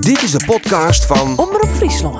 Dit is de podcast van Omroep Friesland.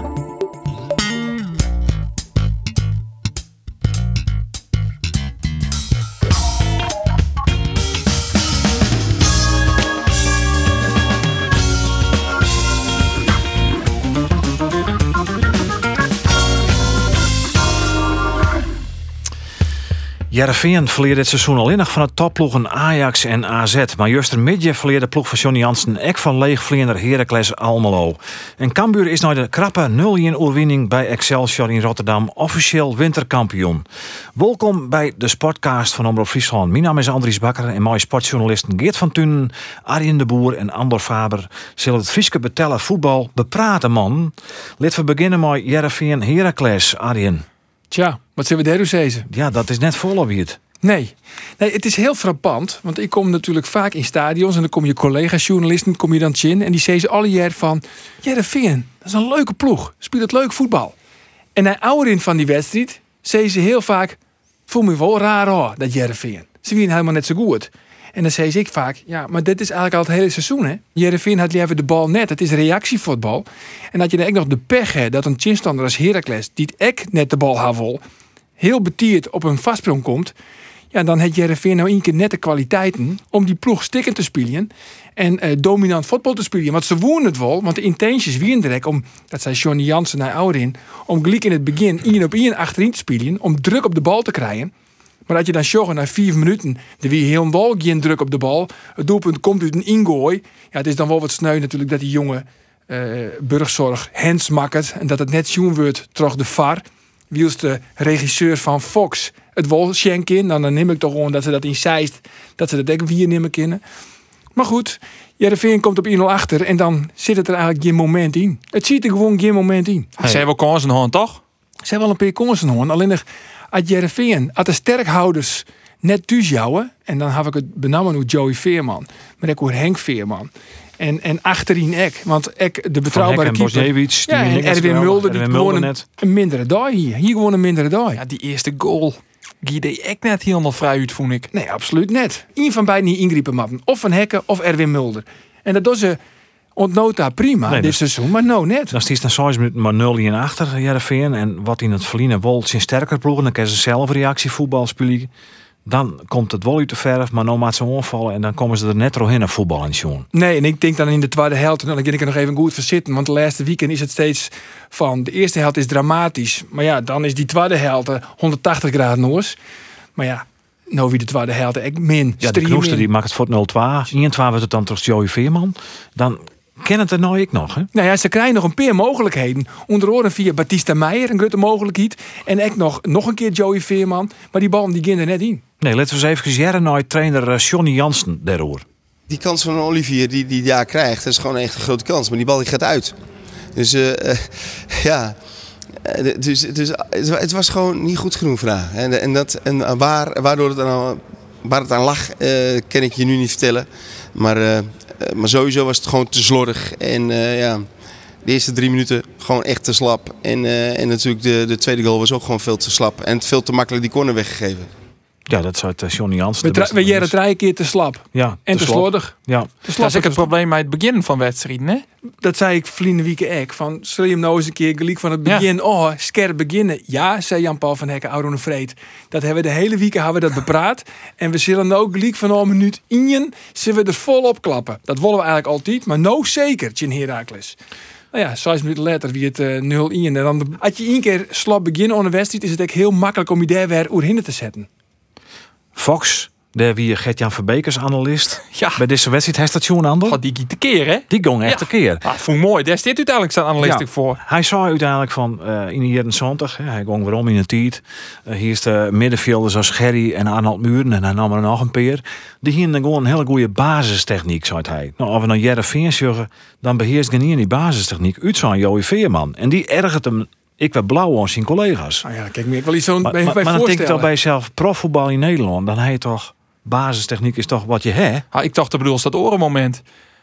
Heerenveen verleerde dit seizoen alleen nog van de topploegen Ajax en AZ. Maar juist een midje verleerde de ploeg van Johnny Jansen ek van leegvleender Heracles Almelo. En Cambuur is nou de krappe 0-1 oorwinning bij Excelsior in Rotterdam officieel winterkampioen. Welkom bij de Sportcast van Omroep Friesland. Mijn naam is Andries Bakker en mijn sportjournalisten Geert van Tunen, Arjen de Boer en Andor Faber zullen het Frieske betellen voetbal bepraten, man. Laten we beginnen met Heerenveen Heracles, Arjen. Tja, wat zullen we daar zeggen? Ja, dat is net vol wie het. Nee, het is heel frappant. Want ik kom natuurlijk vaak in stadions en dan kom je collega-journalisten, kom je dan in en die zeggen alle jaar van Heerenveen, dat is een leuke ploeg, speelt het leuk voetbal. En na ouderin van die wedstrijd zeggen ze heel vaak, voel me wel raar hoor, dat Heerenveen. Ze winnen helemaal net zo goed. En dan zeg ik vaak, ja, maar dit is eigenlijk al het hele seizoen, hè. Heerenveen had liever de bal net, het is reactievoetbal. En dat je dan ook nog de pech hebt dat een chinstander als Heracles, die het net de bal wil, heel betierd op een vastsprong komt, ja, dan heeft Heerenveen nou één keer net de kwaliteiten om die ploeg stikken te spelen en dominant voetbal te spelen. Want ze wonen het wel, want de intenties wieren direct om, dat zei Johnny Jansen naar ouderin, om gelijk in het begin 1 op 1 achterin te spelen, om druk op de bal te krijgen. Maar dat je dan joggen na 4 minuten, er weer heel wel geen druk op de bal. Het doelpunt komt uit een ingooi. Ja, het is dan wel wat sneu natuurlijk dat die jonge burgzorg Hens makkert. En dat het net zoen wordt terug de VAR. Wie is de regisseur van Fox het wel schenken? Dan neem ik toch gewoon dat ze dat in Zeist, dat ze dat ook weer nemen kunnen. Maar goed, Heerenveen komt op 1-0 achter en dan zit het er eigenlijk geen moment in. Het ziet er gewoon geen moment in. Ze hebben wel kansen hoor, toch? Ze hebben wel een paar kansen hoor. Alleen nog uit Heerenveen, uit de sterkhouders net thuis jouwen. En dan heb ik het benammen hoe Joey Veerman. Maar ik hoor Henk Veerman. En achterin ek. Want ek de betrouwbare keeper. Ja, en Erwin Mulder die gewoon een mindere dag hier. Hier gewoon een mindere dag. Ja, die eerste goal. Die deed ik net helemaal vrij uit, vond ik. Nee, absoluut net. Eén van beiden niet ingrijpen matten. Of Van Hekken of Erwin Mulder. En dat doen ze ontnota prima dit seizoen, maar nou net. Dan stiet dan 6 minuten maar 0 in achter Heerenveen. En wat in het verliezen wol zijn sterker ploegen. Dan kunnen ze zelf reactievoetbal spelen. Dan komt het wel uit de verf, maar nou maakt ze onvallen. En dan komen ze er net doorheen naar voetbal aan Sjoen. Nee, en ik denk dan in de tweede helft, en dan kan ik er nog even goed voor zitten. Want de laatste weekend is het steeds van, de eerste helft is dramatisch. Maar ja, dan is die tweede helft 180 graden noors. Maar ja, nou wie de tweede helft, ik min. Ja, de Knoester die maakt het voor 0-2. 1-2 wordt het dan toch Joey Veerman. Dan ken het er nou ik nog, hè? Nou ja, ze krijgen nog een paar mogelijkheden. Onder andere via Batista Meijer, een grote mogelijkheid. En ik nog een keer Joey Veerman. Maar die bal die ging er net in. Nee, laten we eens even jaren naar trainer Johnny Jansen daarover. Die kans van Olivier die daar krijgt, dat is gewoon echt een grote kans. Maar die bal die gaat uit. Dus ja... Dus het was gewoon niet goed genoeg vandaag. En waardoor waar het aan lag, kan ik je nu niet vertellen. Maar sowieso was het gewoon te slordig. En ja, de eerste 3 minuten gewoon echt te slap. En natuurlijk de tweede goal was ook gewoon veel te slap. En veel te makkelijk die corner weggegeven. Ja, dat zou het Johnny Jansen. We jaren 3 keer te slap. Ja, en te slordig. Ja. Dat is ook het probleem bij het begin van wedstrijden, hè? Dat zei ik verleden week ook. Van, zul je hem nou eens een keer gelijk van het begin. Ja. Oh, scherp beginnen. Ja, zei Jan-Paul van Hekken, Aron Vreed. Dat hebben we de hele week dat bepraat. En we zullen ook gelijk van een minuut in zullen we er volop klappen. Dat willen we eigenlijk altijd. Maar nou zeker, in Heracles. Nou ja, 6 minuten later wie het 0-1. En dan, als je 1 keer slap beginnen aan een wedstrijd, is het ook heel makkelijk om je daar weer oerhinnen te zetten. Fox, daar wie Gert-Jan Verbekers analist. Ja. Bij deze wedstrijd heeft dat Sjoen Ander. Oh, die ging tekeer, hè? Die ging echt tekeer. Ah, vond ik mooi. Daar staat uiteindelijk zijn analist ook voor. Hij zei uiteindelijk van in de jaren 70, hij ging waarom in de tijd. Hier is de middenvelders als Gerry en Arnold Muren en hij nam er nog een peer. Die hadden gewoon een hele goede basistechniek, zei hij. Nou, als we naar Heerenveen zeggen, dan beheerst geen die basistechniek uit zo'n Joey Veerman. En die ergert hem. Ik werd blauw aan zijn collega's. Nou ja, kijk, ik wel iets zo'n bij maar voorstellen. Dan denk ik toch bij jezelf, profvoetbal in Nederland, dan heb je toch basistechniek is toch wat je hebt. Ah, ik dacht, dat bedoel, dat orenmoment.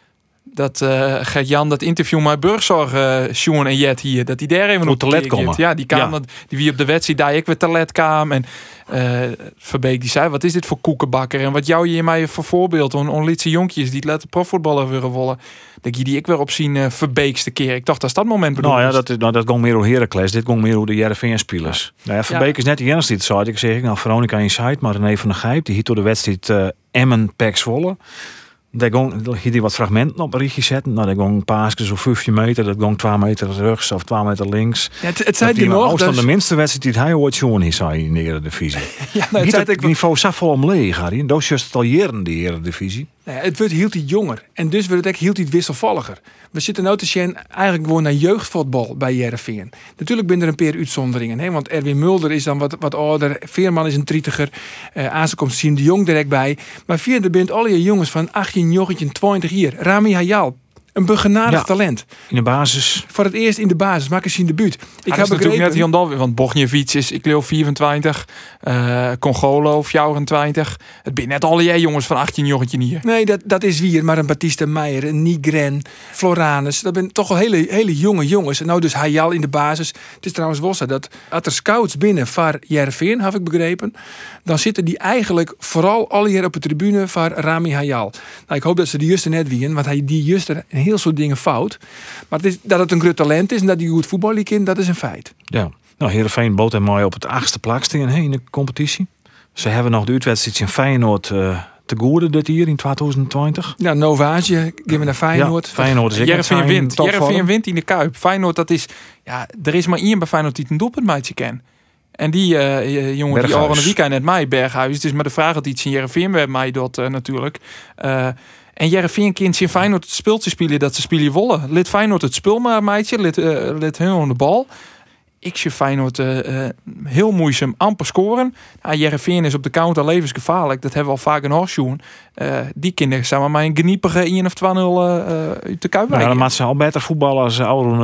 dat Gert-Jan dat interview met Burgzorg Sjoen en Jet hier, dat die daar even op te let komen. Ja, die kwam, die wie op de wedstrijd daar ik weer te let kwam en Verbeek die zei, wat is dit voor koekenbakker en wat jou je mij voor voorbeeld on lietse jonkjes die het laten profvoetballen willen wollen. Dat je die ik weer op zien Verbeekste keer. Ik dacht dat dat moment bedoeld. Nou ja, dat ging meer over Heracles. Dit ging meer over de Heerenveen-spelers. Ja. Nou ja, Verbeek is net de enige die het zei. Ik zeg, nou Veronica Insight, maar René van der Gijp, die hier door de wedstrijd Emmen-Pek Zwolle. Daar ging hij wat fragmenten op een richtje zetten. Nou, dat ging een paasje zo 15 meter. Dat ging 2 meter rechts of 2 meter links. Ja, het zei hij nog. Dat de minste wedstrijd die hij ooit zo'n is in de Eredivisie. Ja, nou, het niveau zat vol omleeg, Harry. Dat is juist al jaren de Eredivisie. Nou ja, het wordt hield hij jonger. En dus wordt het hield hij wisselvalliger. We zitten nu te zien eigenlijk gewoon naar jeugdvoetbal bij Heerenveen. Natuurlijk zijn er een paar uitzonderingen. Hè? Want Erwin Mulder is dan wat ouder. Veerman is een 30er. Aanze komt Siem de Jong direct bij. Maar via bent alle jongens van 18, 19, 20 hier. Rami Hayal. Een begenadigd talent. In de basis. Voor het eerst in de basis. Maak eens in de buurt. Ik heb natuurlijk net Jan Dal, want Bogniewicz is, ik leeuw 24. Congolo 24. Het zijn net alle jongens van 18 jongetje hier. Nee, dat is weer. Maar een Batista Meijer, een Nigren, Floranus. Dat zijn toch al hele jonge jongens. En nou dus Hayal in de basis. Het is trouwens wel zo dat als er scouts binnen van Heerenveen, heb ik begrepen, dan zitten die eigenlijk vooral alle hier op de tribune van Rami Hayal. Nou, ik hoop dat ze de juiste net winnen, want hij die juiste een heel soort dingen fout. Maar dat het een groot talent is en dat hij goed voetballen kan, dat is een feit. Ja, nou Heerenveen bood hem mooi op het 8e plakste in de competitie. Ze hebben nog de uitwedstrijd in Feyenoord te goede dit hier in 2020. Ja, Novage, gaan we naar Feyenoord. Ja, Feyenoord is Heerenveen wint. Heerenveen wint in de Kuip. Feyenoord, dat is, ja, er is maar één bij Feyenoord die een doelpunt meidje ken. En die jongen Berghuis. die al een weekend net mij Berghuis. Het is maar de vraag dat iets in Heerenveen bij mij doet natuurlijk. En Heerenveen kind in Feyenoord het speeltje spelen dat ze spelen wollen. Lid Feyenoord het spul maar meidje, lid heel aan de bal. Ik zie Feyenoord heel moeizaam amper scoren. Heerenveen is op de counter levensgevaarlijk. Dat hebben we al vaak een horseshoen. Die kinderen samen maar een geniepige 1 of 2-0 uit de Kuip. Ja, dan maakt ze al beter voetballen als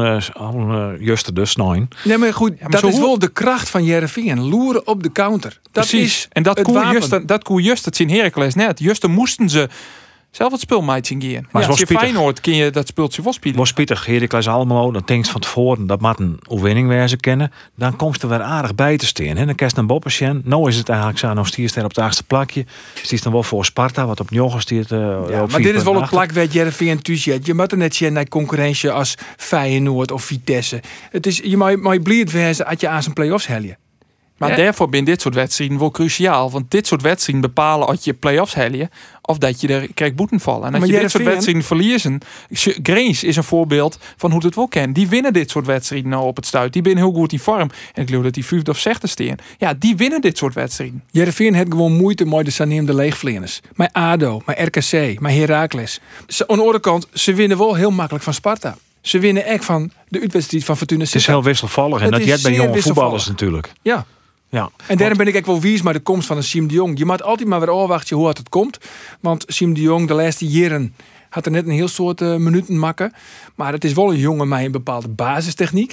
oude Juster dus 9. Nee, maar goed, maar dat is wel de kracht van Heerenveen. Loeren op de counter. Dat Precies. is En dat koe Just het in Heracles net. Juster moesten ze zelf het spulmeidje gaan. Maar als je Feyenoord kun je dat speeltje wel spelen. Was Pieter, Heracles allemaal, dan denk je van tevoren dat moet een overwinning wezen kennen. Dan komt er weer aardig bij te staan. Dan kerst een boppersjen. Nou is het eigenlijk zo, nog stiert er op het 8e plakje. Stiert dan wel voor Sparta, wat op Njogen stiert. Ja, maar dit is wel een plak waar Heerenveen thuis zit. Je moet er net zien naar concurrentie als Feyenoord of Vitesse. Het is, je mag blij wezen als je aan zijn play-offs helje. Maar daarvoor ben dit soort wedstrijden wel cruciaal. Want dit soort wedstrijden bepalen of je play-offs helje of dat je er krijgt boeten vallen. En als je dit soort wedstrijden verliezen. Grains is een voorbeeld van hoe het wel kan. Die winnen dit soort wedstrijden nou op het stuit. Die zijn heel goed in vorm. En ik geloof dat die 5e of 6e staan. Ja, die winnen dit soort wedstrijden. Heerenveen heeft gewoon moeite met de saneemde leegvleerners. Met ADO, met RKC, met Heracles. Aan de andere kant, ze winnen wel heel makkelijk van Sparta. Ze winnen echt van de uitwedstrijd van Fortuna Sittard. Het is heel wisselvallig. En dat jet bij jonge voetballers natuurlijk. Ja. Ja, en daarom ben ik echt wel wies maar de komst van een Siem de Jong. Je moet altijd maar weer afwachten hoe het komt. Want Siem de Jong de laatste jaren had er net een heel soort minuten makken. Maar het is wel een jongen met een bepaalde basistechniek.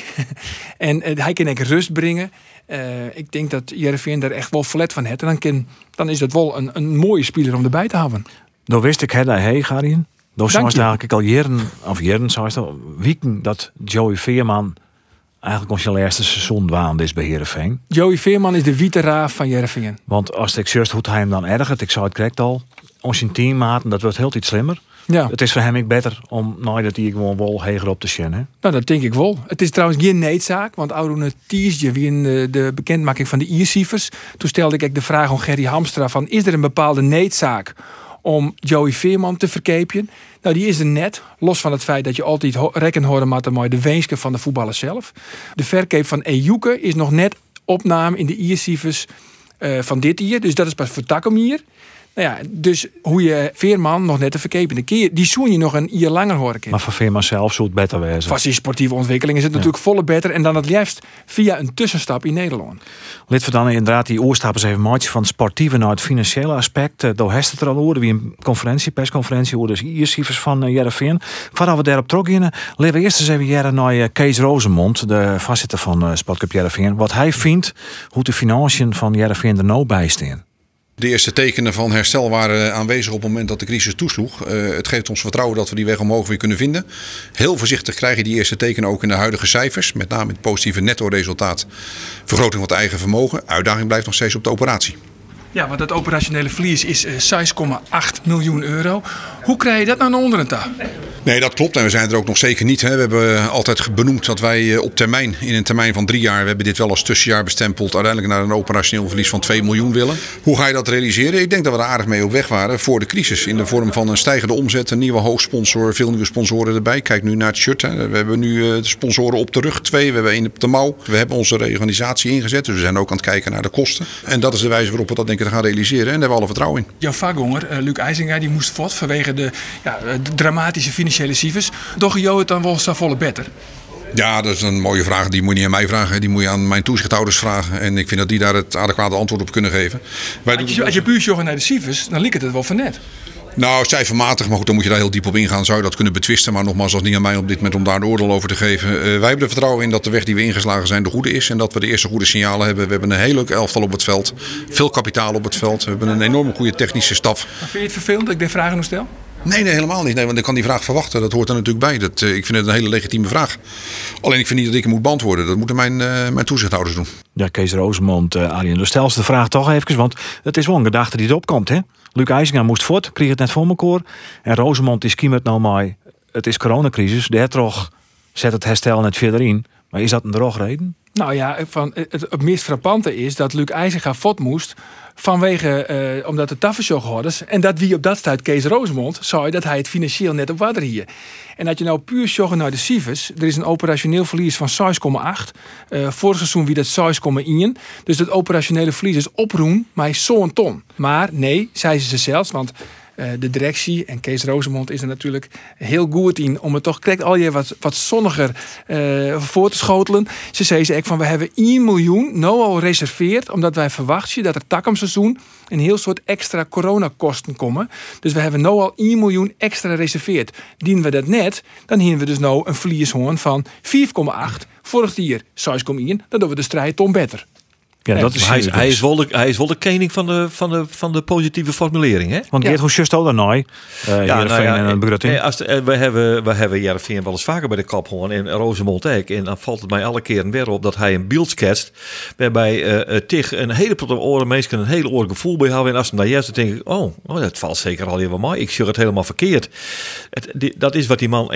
En hij kan echt rust brengen. Ik denk dat Heerenveen er echt wel flat van heeft. En dan is dat wel een mooie speler om erbij te hebben. Dan wist ik Garien. Dan zou het eigenlijk al jaren zou het wieken dat Joey Veerman eigenlijk ons eerste seizoen waande is bij Heerenveen. Joey Veerman is de witte raaf van Heerenveen. Want als ik juist hoe hij hem dan ergert, ik zou het correct al, onze teammaten, dat wordt heel iets slimmer. Ja. Het is voor hem ook beter om dat hij gewoon wel heger op te schinnen. Nou, dat denk ik wel. Het is trouwens geen needzaak, want oude Tiesje, wie in de bekendmaking van de Ierciefers, toen stelde ik de vraag aan Gerry Hamstra van, is er een bepaalde needzaak om Joey Veerman te verkeepjen? Nou, die is er net. Los van het feit dat je altijd rekken horen met de weenske van de voetballer zelf. De verkeep van Ejuke is nog net opname in de Ierciefers van dit jaar. Dus dat is pas voor Takkum hier. Nou ja, dus hoe je Veerman nog net te verkepen. Die zoen je nog een jaar langer horen. Maar voor Veerman zelf zou het beter wezen. Voor zijn sportieve ontwikkeling is het natuurlijk volle beter. En dan het liefst via een tussenstap in Nederland. Lid we dan inderdaad die oorstappen even maatje van het sportieve naar het financiële aspect. Daar heeft het er al over. Wie een persconferentie over de Ierciefers van Heerenveen. Voordat we daarop teruggaan, laten we eerst eens even jaren naar Kees Rozemond, de voorzitter van Sportclub Heerenveen. Wat hij vindt, hoe de financiën van Heerenveen er nou bij staan. De eerste tekenen van herstel waren aanwezig op het moment dat de crisis toesloeg. Het geeft ons vertrouwen dat we die weg omhoog weer kunnen vinden. Heel voorzichtig krijg je die eerste tekenen ook in de huidige cijfers. Met name het positieve netto-resultaat. Vergroting van het eigen vermogen. Uitdaging blijft nog steeds op de operatie. Ja, want het operationele verlies is 6,8 miljoen euro. Hoe krijg je dat nou naar onderen toe? Nee, dat klopt. En we zijn er ook nog zeker niet. Hè. We hebben altijd benoemd dat wij op termijn, in een termijn van 3 jaar, we hebben dit wel als tussenjaar bestempeld, uiteindelijk naar een operationeel verlies van 2 miljoen willen. Hoe ga je dat realiseren? Ik denk dat we er aardig mee op weg waren voor de crisis. In de vorm van een stijgende omzet, een nieuwe hoofdsponsor, veel nieuwe sponsoren erbij. Kijk nu naar het shirt. Hè. We hebben nu de sponsoren op de rug, 2. We hebben 1 op de mouw. We hebben onze reorganisatie ingezet. Dus we zijn ook aan het kijken naar de kosten. En dat is de wijze waarop we dat denk ik gaan realiseren. En daar hebben we alle vertrouwen in. Jouw vakgonger, Luc IJzinga, die moest voort vanwege de dramatische financiële cijfers. Doch je het dan wel volle beter? Ja, dat is een mooie vraag. Die moet je niet aan mij vragen. Die moet je aan mijn toezichthouders vragen. En ik vind dat die daar het adequate antwoord op kunnen geven. Als je puur joggen naar de cijfers, dan lijkt het wel van net. Nou, cijfermatig, maar goed, dan moet je daar heel diep op ingaan. Zou je dat kunnen betwisten, maar nogmaals, dat is niet aan mij op dit moment om daar een oordeel over te geven. Wij hebben er vertrouwen in dat de weg die we ingeslagen zijn de goede is. En dat we de eerste goede signalen hebben. We hebben een heel leuk elftal op het veld. Veel kapitaal op het veld. We hebben een enorm goede technische staf. Maar vind je het vervelend dat ik de vragen nog stel? Nee, helemaal niet. Nee, want ik kan die vraag verwachten. Dat hoort er natuurlijk bij. Ik vind het een hele legitieme vraag. Alleen ik vind niet dat ik hem moet beantwoorden. Dat moeten mijn toezichthouders doen. Ja, Kees Rosemond, Arjen. Dus stel ze de vraag toch even, want het is wel een gedachte die erop komt, hè? Luc IJzinga moest voort, kreeg het net voor elkaar. En Rosemond is kiemert nou maar. Het is coronacrisis. Daar toch zet het herstel net verder in. Maar is dat een drogreden? Nou ja, het meest frappante is dat Luc IJzinga voort moest vanwege, omdat de tafershow en dat wie op dat stuit Kees Rosemond zei dat hij het financieel net op water hier. En dat je nou puur zorgen naar de cijfers, er is een operationeel verlies van 6,8. Vorig seizoen wie dat 6,1. Dus het operationele verlies is oproem maar zo'n ton. Maar nee, zei ze zelfs, want de directie en Kees Rosemond is er natuurlijk heel goed in om het toch krijgt al je wat zonniger voor te schotelen. Ze zei ze van we hebben 1 miljoen nou al reserveerd omdat wij verwachten dat er takamseizoen een heel soort extra coronakosten komen. Dus we hebben nou al 1 miljoen extra reserveerd. Dienen we dat net, dan hebben we dus nou een verlieshoorn van 4,8. Vorig jaar 6,1. Dan doen we de strijd ton beter. Ja, dat is hij is wel de koning van de positieve formulering, hè? Want Geert, hoe just al daarna? En begrutting. We hebben Heerenveen wel eens vaker bij de kop gewoon en Rosemond ook. En dan valt het mij alle keren weer op dat hij een beeld schetst waarbij tegen een hele oren mensen een hele oor gevoel bij hebben. En als ze daar juist denk ik, oh, dat valt zeker al even mooi. Ik zie het helemaal verkeerd. Dat is wat die man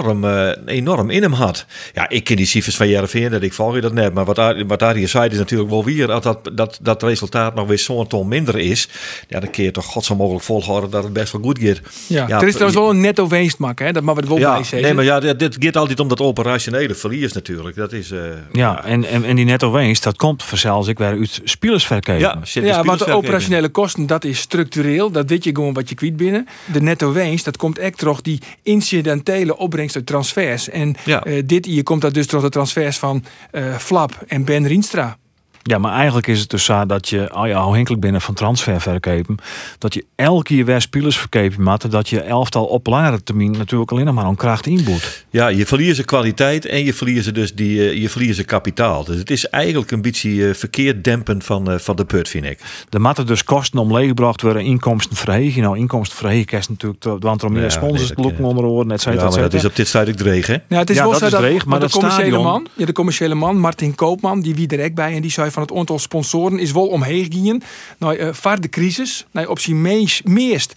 enorm in hem had. Ja, ik ken die cijfers van Heerenveen, dat ik volg je dat net. Maar wat daar hier zei is natuurlijk wel weer. Als dat resultaat nog weer zo'n ton minder is, ja, dan kun je toch god zo mogelijk volhouden dat het best wel goed gaat. Ja, er is trouwens wel een netto winst maken, hè? Dat mag we er wel bij zeggen. Nee, maar ja, dit gaat altijd om dat operationele verlies natuurlijk. Dat is en die netto winst, dat komt vanzelfs ik weer uit spelersverkoop. Ja, want de operationele kosten, dat is structureel. Dat weet je gewoon wat je kwijt binnen. De netto winst, dat komt echt terug die incidentele opbrengst uit transfers. En dit hier komt dat dus terug de transfers van Flap en Ben Rienstra. Ja, maar eigenlijk is het dus zo dat je afhankelijk binnen van transferverkopen, dat je elke keer weer spelers verkopen moet, dat je elftal op langere termijn natuurlijk alleen nog maar een kracht inboet. Ja, je verliest de kwaliteit en je verliest dus je verliest kapitaal. Dus het is eigenlijk een beetje verkeerd dempend van de put, vind ik. Er moeten dus kosten omleeggebracht worden, inkomsten verhegen. Nou, inkomsten verhegen kerst natuurlijk, want er meer sponsors lopen onder oren, et cetera. Ja, maar dat is op dit stuit dreig, hè? Ja, het is wel zo dreig, maar de commerciële man, Martin Koopman, die wie direct bij en die zei van het aantal sponsoren is wel omheen gegaan. Nou, voor de crisis, op zijn meest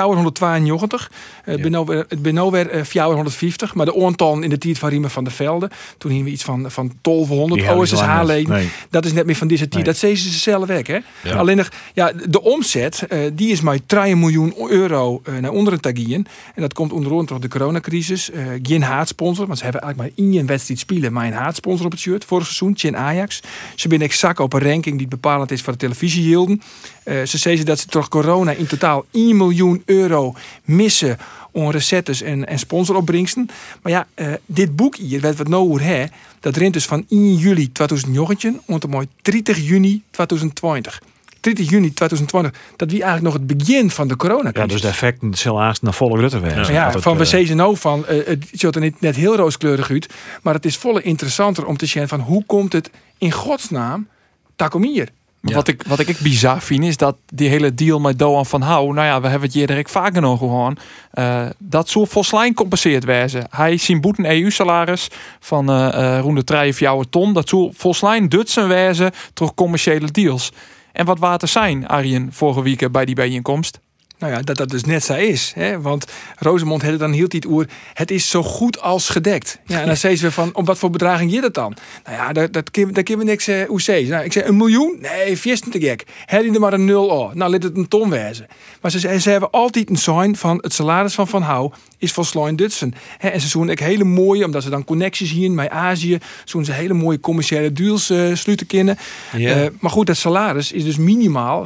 492. Het ben nou weer 450, maar de aantallen in de tijd van Riemen van der Velde, toen hadden we iets van 1200 OSSH-leden. Nee. Dat is net meer van deze tijd. Nee. Dat zeiden ze zelf weg, hè? Ja. Alleen nog, de omzet, die is maar 3 miljoen euro naar onderen te gaan. En dat komt onder andere door de coronacrisis. Geen haatsponsor, want ze hebben eigenlijk maar 1 wedstrijd spelen, maar een haatsponsor op het shirt. Vorig seizoen, Chin Ajax. Ze zijn exact op een ranking die bepalend is voor de televisiehielden. Ze zeggen dat ze door corona in totaal 1 miljoen euro missen om recettes en sponsoropbrengsten. Maar ja, dit boek hier, wat we nou horen, dat rent dus van 1 juli 2019 tot mooi 30 juni 2020. 30 juni 2020, dat wie eigenlijk nog het begin van de coronacrisis. Ja, dus de effecten zullen haast naar volle Rutte werden. Ja, van we zeggen nou van, het ziet er net heel rooskleurig uit, maar het is volle interessanter om te zien van hoe komt het in godsnaam takom hier. Ja. Wat ik bizar vind is dat die hele deal met Doan van Hou, nou ja, we hebben het hier direct vaker nog gewoon, dat zo volslijn compenseerd wezen. Hij zien boeten EU-salaris van rond de 3 ton, dat zo volslijn Dutsen wezen door commerciële deals. En wat water zijn, Arjen, vorige week bij die bijeenkomst? Nou ja, dat dus net zo is. Hè? Want Rosemond had het dan hield het oer. Het is zo goed als gedekt. Ja, en dan zei ze van, op wat voor bedraging je dat dan? Nou ja, daar kunnen we niks hoe zeggen. Nou, ik zei, 1 miljoen? Nee, 4 te gek. Heb je er maar een 0 op. Nou, laat het een ton wezen. Maar ze hebben altijd een sign van het salaris van Hou is volslijn Dutsen. En ze doen ook hele mooie, omdat ze dan connecties hier met Azië, doen ze hele mooie commerciële deals sluiten kunnen. Ja. Maar goed, dat salaris is dus minimaal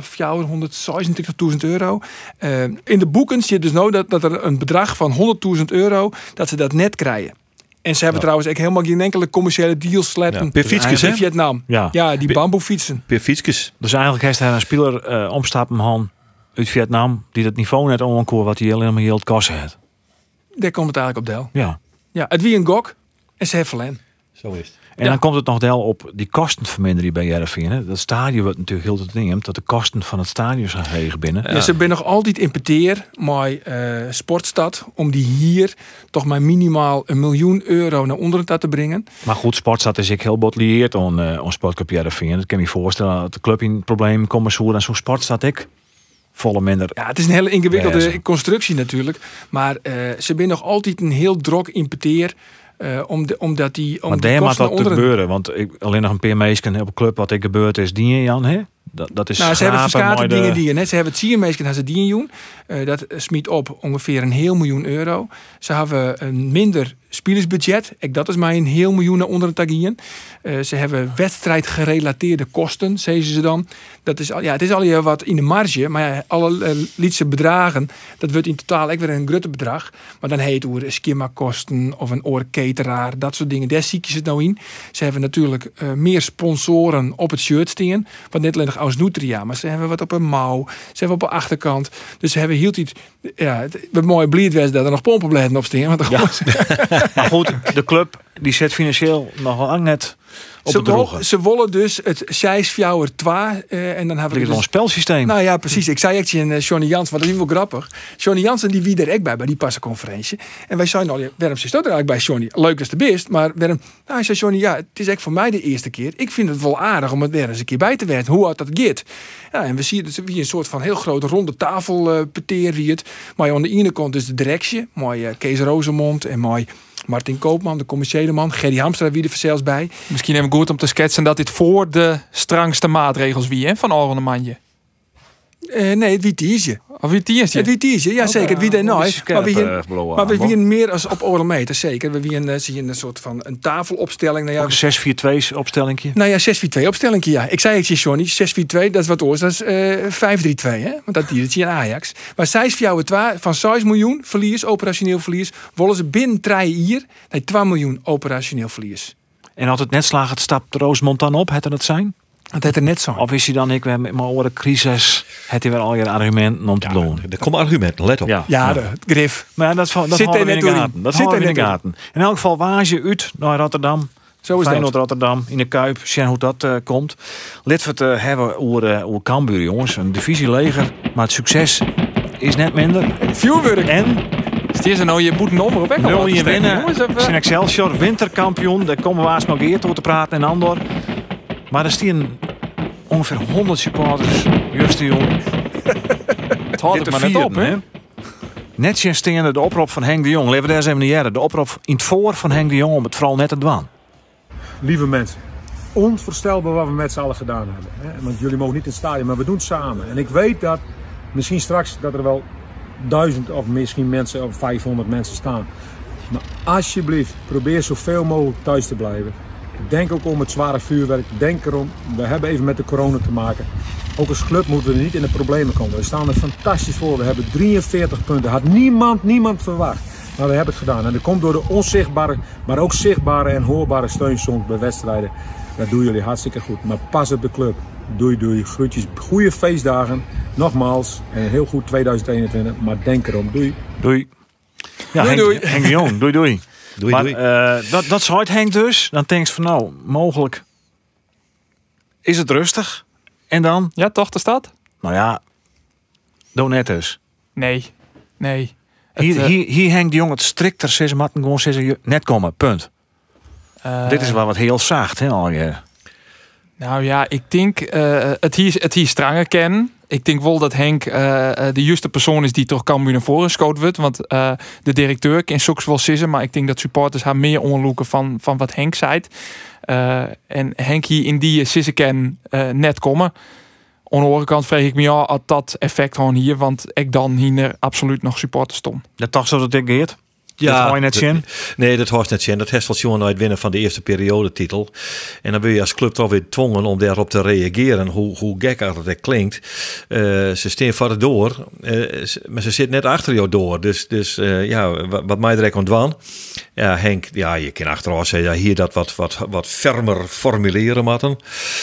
€126.000. In de boeken zit dus nou dat er een bedrag van €100.000 dat ze dat net krijgen. En ze hebben trouwens ook helemaal geen enkele commerciële deals sletten. Ja, per fietsjes, in hè? Vietnam. Ja. Ja, die bamboefietsen. Per fietsjes. Dus eigenlijk heeft hij een speler omstappen han uit Vietnam die dat niveau net onkoor wat hij helemaal heel het kosten had. Daar komt het eigenlijk op deel. Ja. Ja, het wie een gok en ze hebben verlen. Zo is het. En dan komt het nog deel op die kostenvermindering bij Heerenveen. Hè? Dat stadion wordt natuurlijk heel het ding, dat de kosten van het stadion zijn gestegen binnen. Ja, ze zijn nog altijd in peteer met Sportstad om die hier toch maar minimaal €1 miljoen naar onderen te brengen. Maar goed, Sportstad is ik heel botlieerd aan Sportclub Heerenveen. Dat kan je me voorstellen dat de club in problemen komt zo en zo'n Sportstad ik volle minder. Ja, het is een hele ingewikkelde Wezen. constructie natuurlijk. Maar ze zijn nog altijd een heel drok in peteer. Omdat die Maar daar moet dat onderen... gebeuren. Want alleen nog een paar meisjes op een club wat er gebeurd is, die Jan, hè? Dat is Nou, ze hebben schapen, verschillende maar dingen die. Ze hebben het siermeesken als ze doen. Dat smiet op ongeveer €1 heel miljoen. Ze hebben een minder spielersbudget. Dat is maar €1 heel miljoen naar onder het tagien. Ze hebben wedstrijdgerelateerde kosten, zeggen ze dan. Dat is, het is al heel wat in de marge. Maar ja, alle liedse bedragen, dat wordt in totaal ook weer een grote bedrag. Maar dan heet het skimmakosten of een oorketeraar, dat soort dingen. Daar zie je het nou in. Ze hebben natuurlijk meer sponsoren op het shirt staan. Wat net alleen nog als Nutria, maar ze hebben wat op een mouw. Ze hebben op de achterkant. Dus ze hebben hield iets. Ja, het mooie bleed was dat er nog pompenbladen op staan. Want Maar goed, de club die zit financieel nog lang net op de droge. Ze willen dus het 6-4-2 en dan hebben we Het is wel een spelsysteem. Nou ja, precies. Ik zei echt in Johnny Jansen, want dat is wel grappig. Johnny Jansen die wie er ook bij die passenconferentie. En wij zeiden al, waarom zit dat er eigenlijk bij Johnny? Leuk is de best, maar waarom? Nou, hij zei Johnny, ja, het is echt voor mij de eerste keer. Ik vind het wel aardig om het weer eens een keer bij te werken. Hoe hard dat gaat. Ja, en we zien het wie een soort van heel grote ronde tafel peteer wie het. Maar aan de ene kant is de directie, mooi Kees Rosemond en mooi Martin Koopman, de commerciële man. Gerry Hamstra wie er zelfs bij. Misschien even goed om te schetsen dat dit voor de strangste maatregels wie, hè, van Alron Manje. Nee, het wietiertje. Of wie het Het wietiertje, ja zeker. Het wie er nooit. Maar we wien meer als op Eurometer, zeker. We wien zien een soort van een tafelopstelling. Nou ja, Ook een 6-4-2 opstellingje. nou ja, 6-4-2 opstellingje, ja. Ik zei het je, Johnny, 6-4-2, dat is wat oors. Dat is 5-3-2, hè. Want dat diertje in Ajax. Maar 6-4-2 van 6 miljoen verlies, operationeel verlies, willen ze binnen 3 jaar naar 2 miljoen operationeel verlies. En als het net slaagt, het stapt Rosemond dan op, het er dat zijn? Dat heeft er net zo. Of is hij dan, ik met mijn oren crisis, heeft hij weer al je argumenten om te doen? Er komen argumenten, let op. Ja, de grif. Maar dat Zit houden we er in net de door in. gaten. Dat Zit houden we er in de net gaten. In elk geval waasje uit naar Rotterdam. Zo is Feyenoord dat. Rotterdam in de Kuip. Zien hoe dat komt. Litvert hebben over Cambuur, jongens. Een divisieleger. Maar het succes is net minder. Vuurwerk. En Stier ze nou je boeten om op 0 je winnen. Jongens, Zijn Excelsior winterkampioen. Daar komen we haast nog eerder over te praten in Andor. Maar er staan ongeveer 100 supporters. Just die jong. het houdt het maar net op, hè? Netjes stenen de oproep van Henk de Jong. Leven daar eens even jaren. De oproep in het voor van Henk de Jong om het vooral net te doen. Lieve mensen, onvoorstelbaar wat we met z'n allen gedaan hebben. Hè? Want jullie mogen niet in het stadion, maar we doen het samen. En ik weet dat misschien straks dat er wel 1000 of misschien mensen of 500 mensen staan. Maar alsjeblieft, probeer zoveel mogelijk thuis te blijven. Denk ook om het zware vuurwerk. Denk erom, we hebben even met de corona te maken. Ook als club moeten we niet in de problemen komen. We staan er fantastisch voor. We hebben 43 punten. Had niemand verwacht. Maar we hebben het gedaan. En dat komt door de onzichtbare, maar ook zichtbare en hoorbare steun soms bij wedstrijden. Dat doen jullie hartstikke goed. Maar pas op de club. Doei. Groetjes. Goeie feestdagen. Nogmaals. En heel goed 2021. Maar denk erom. Doei. Ja, Doei. Henk de Jong. Doei. Maar Doei. dat zou het Henk dus. Dan denk je van nou, mogelijk is het rustig. En dan? Ja, toch de stad? Nou ja, doe net dus. Nee. Hier hangt de jongen het strikter. Ze moeten gewoon net komen, punt. Dit is wel wat heel zacht, hè, alweer. Nou ja, ik denk het hier stranger kennen. Ik denk wel dat Henk de juiste persoon is die toch Cambuur naar voren gescoot wordt. Want de directeur kan soms wel sissen, maar ik denk dat supporters haar meer onderloeken van wat Henk zei. En Henk hier in die sissen kan net komen. Aan de andere kant vraag ik me af dat effect gewoon hier, want ik dan hier absoluut nog supporters stond. Dat toch zo dat ik geert? Ja, dat hoor je net zien? Nee, dat hoort net zien. Dat heeft wel jongen uit winnen van de eerste periodetitel. En dan ben je als club toch weer dwongen om daarop te reageren. Hoe gek dat klinkt. Ze staan verder door. Maar ze zit net achter jou door. Dus wat mij direct ontwan. Ja, Henk, ja, je kan achteraf zeggen, ja, hier dat wat fermer formuleren moeten.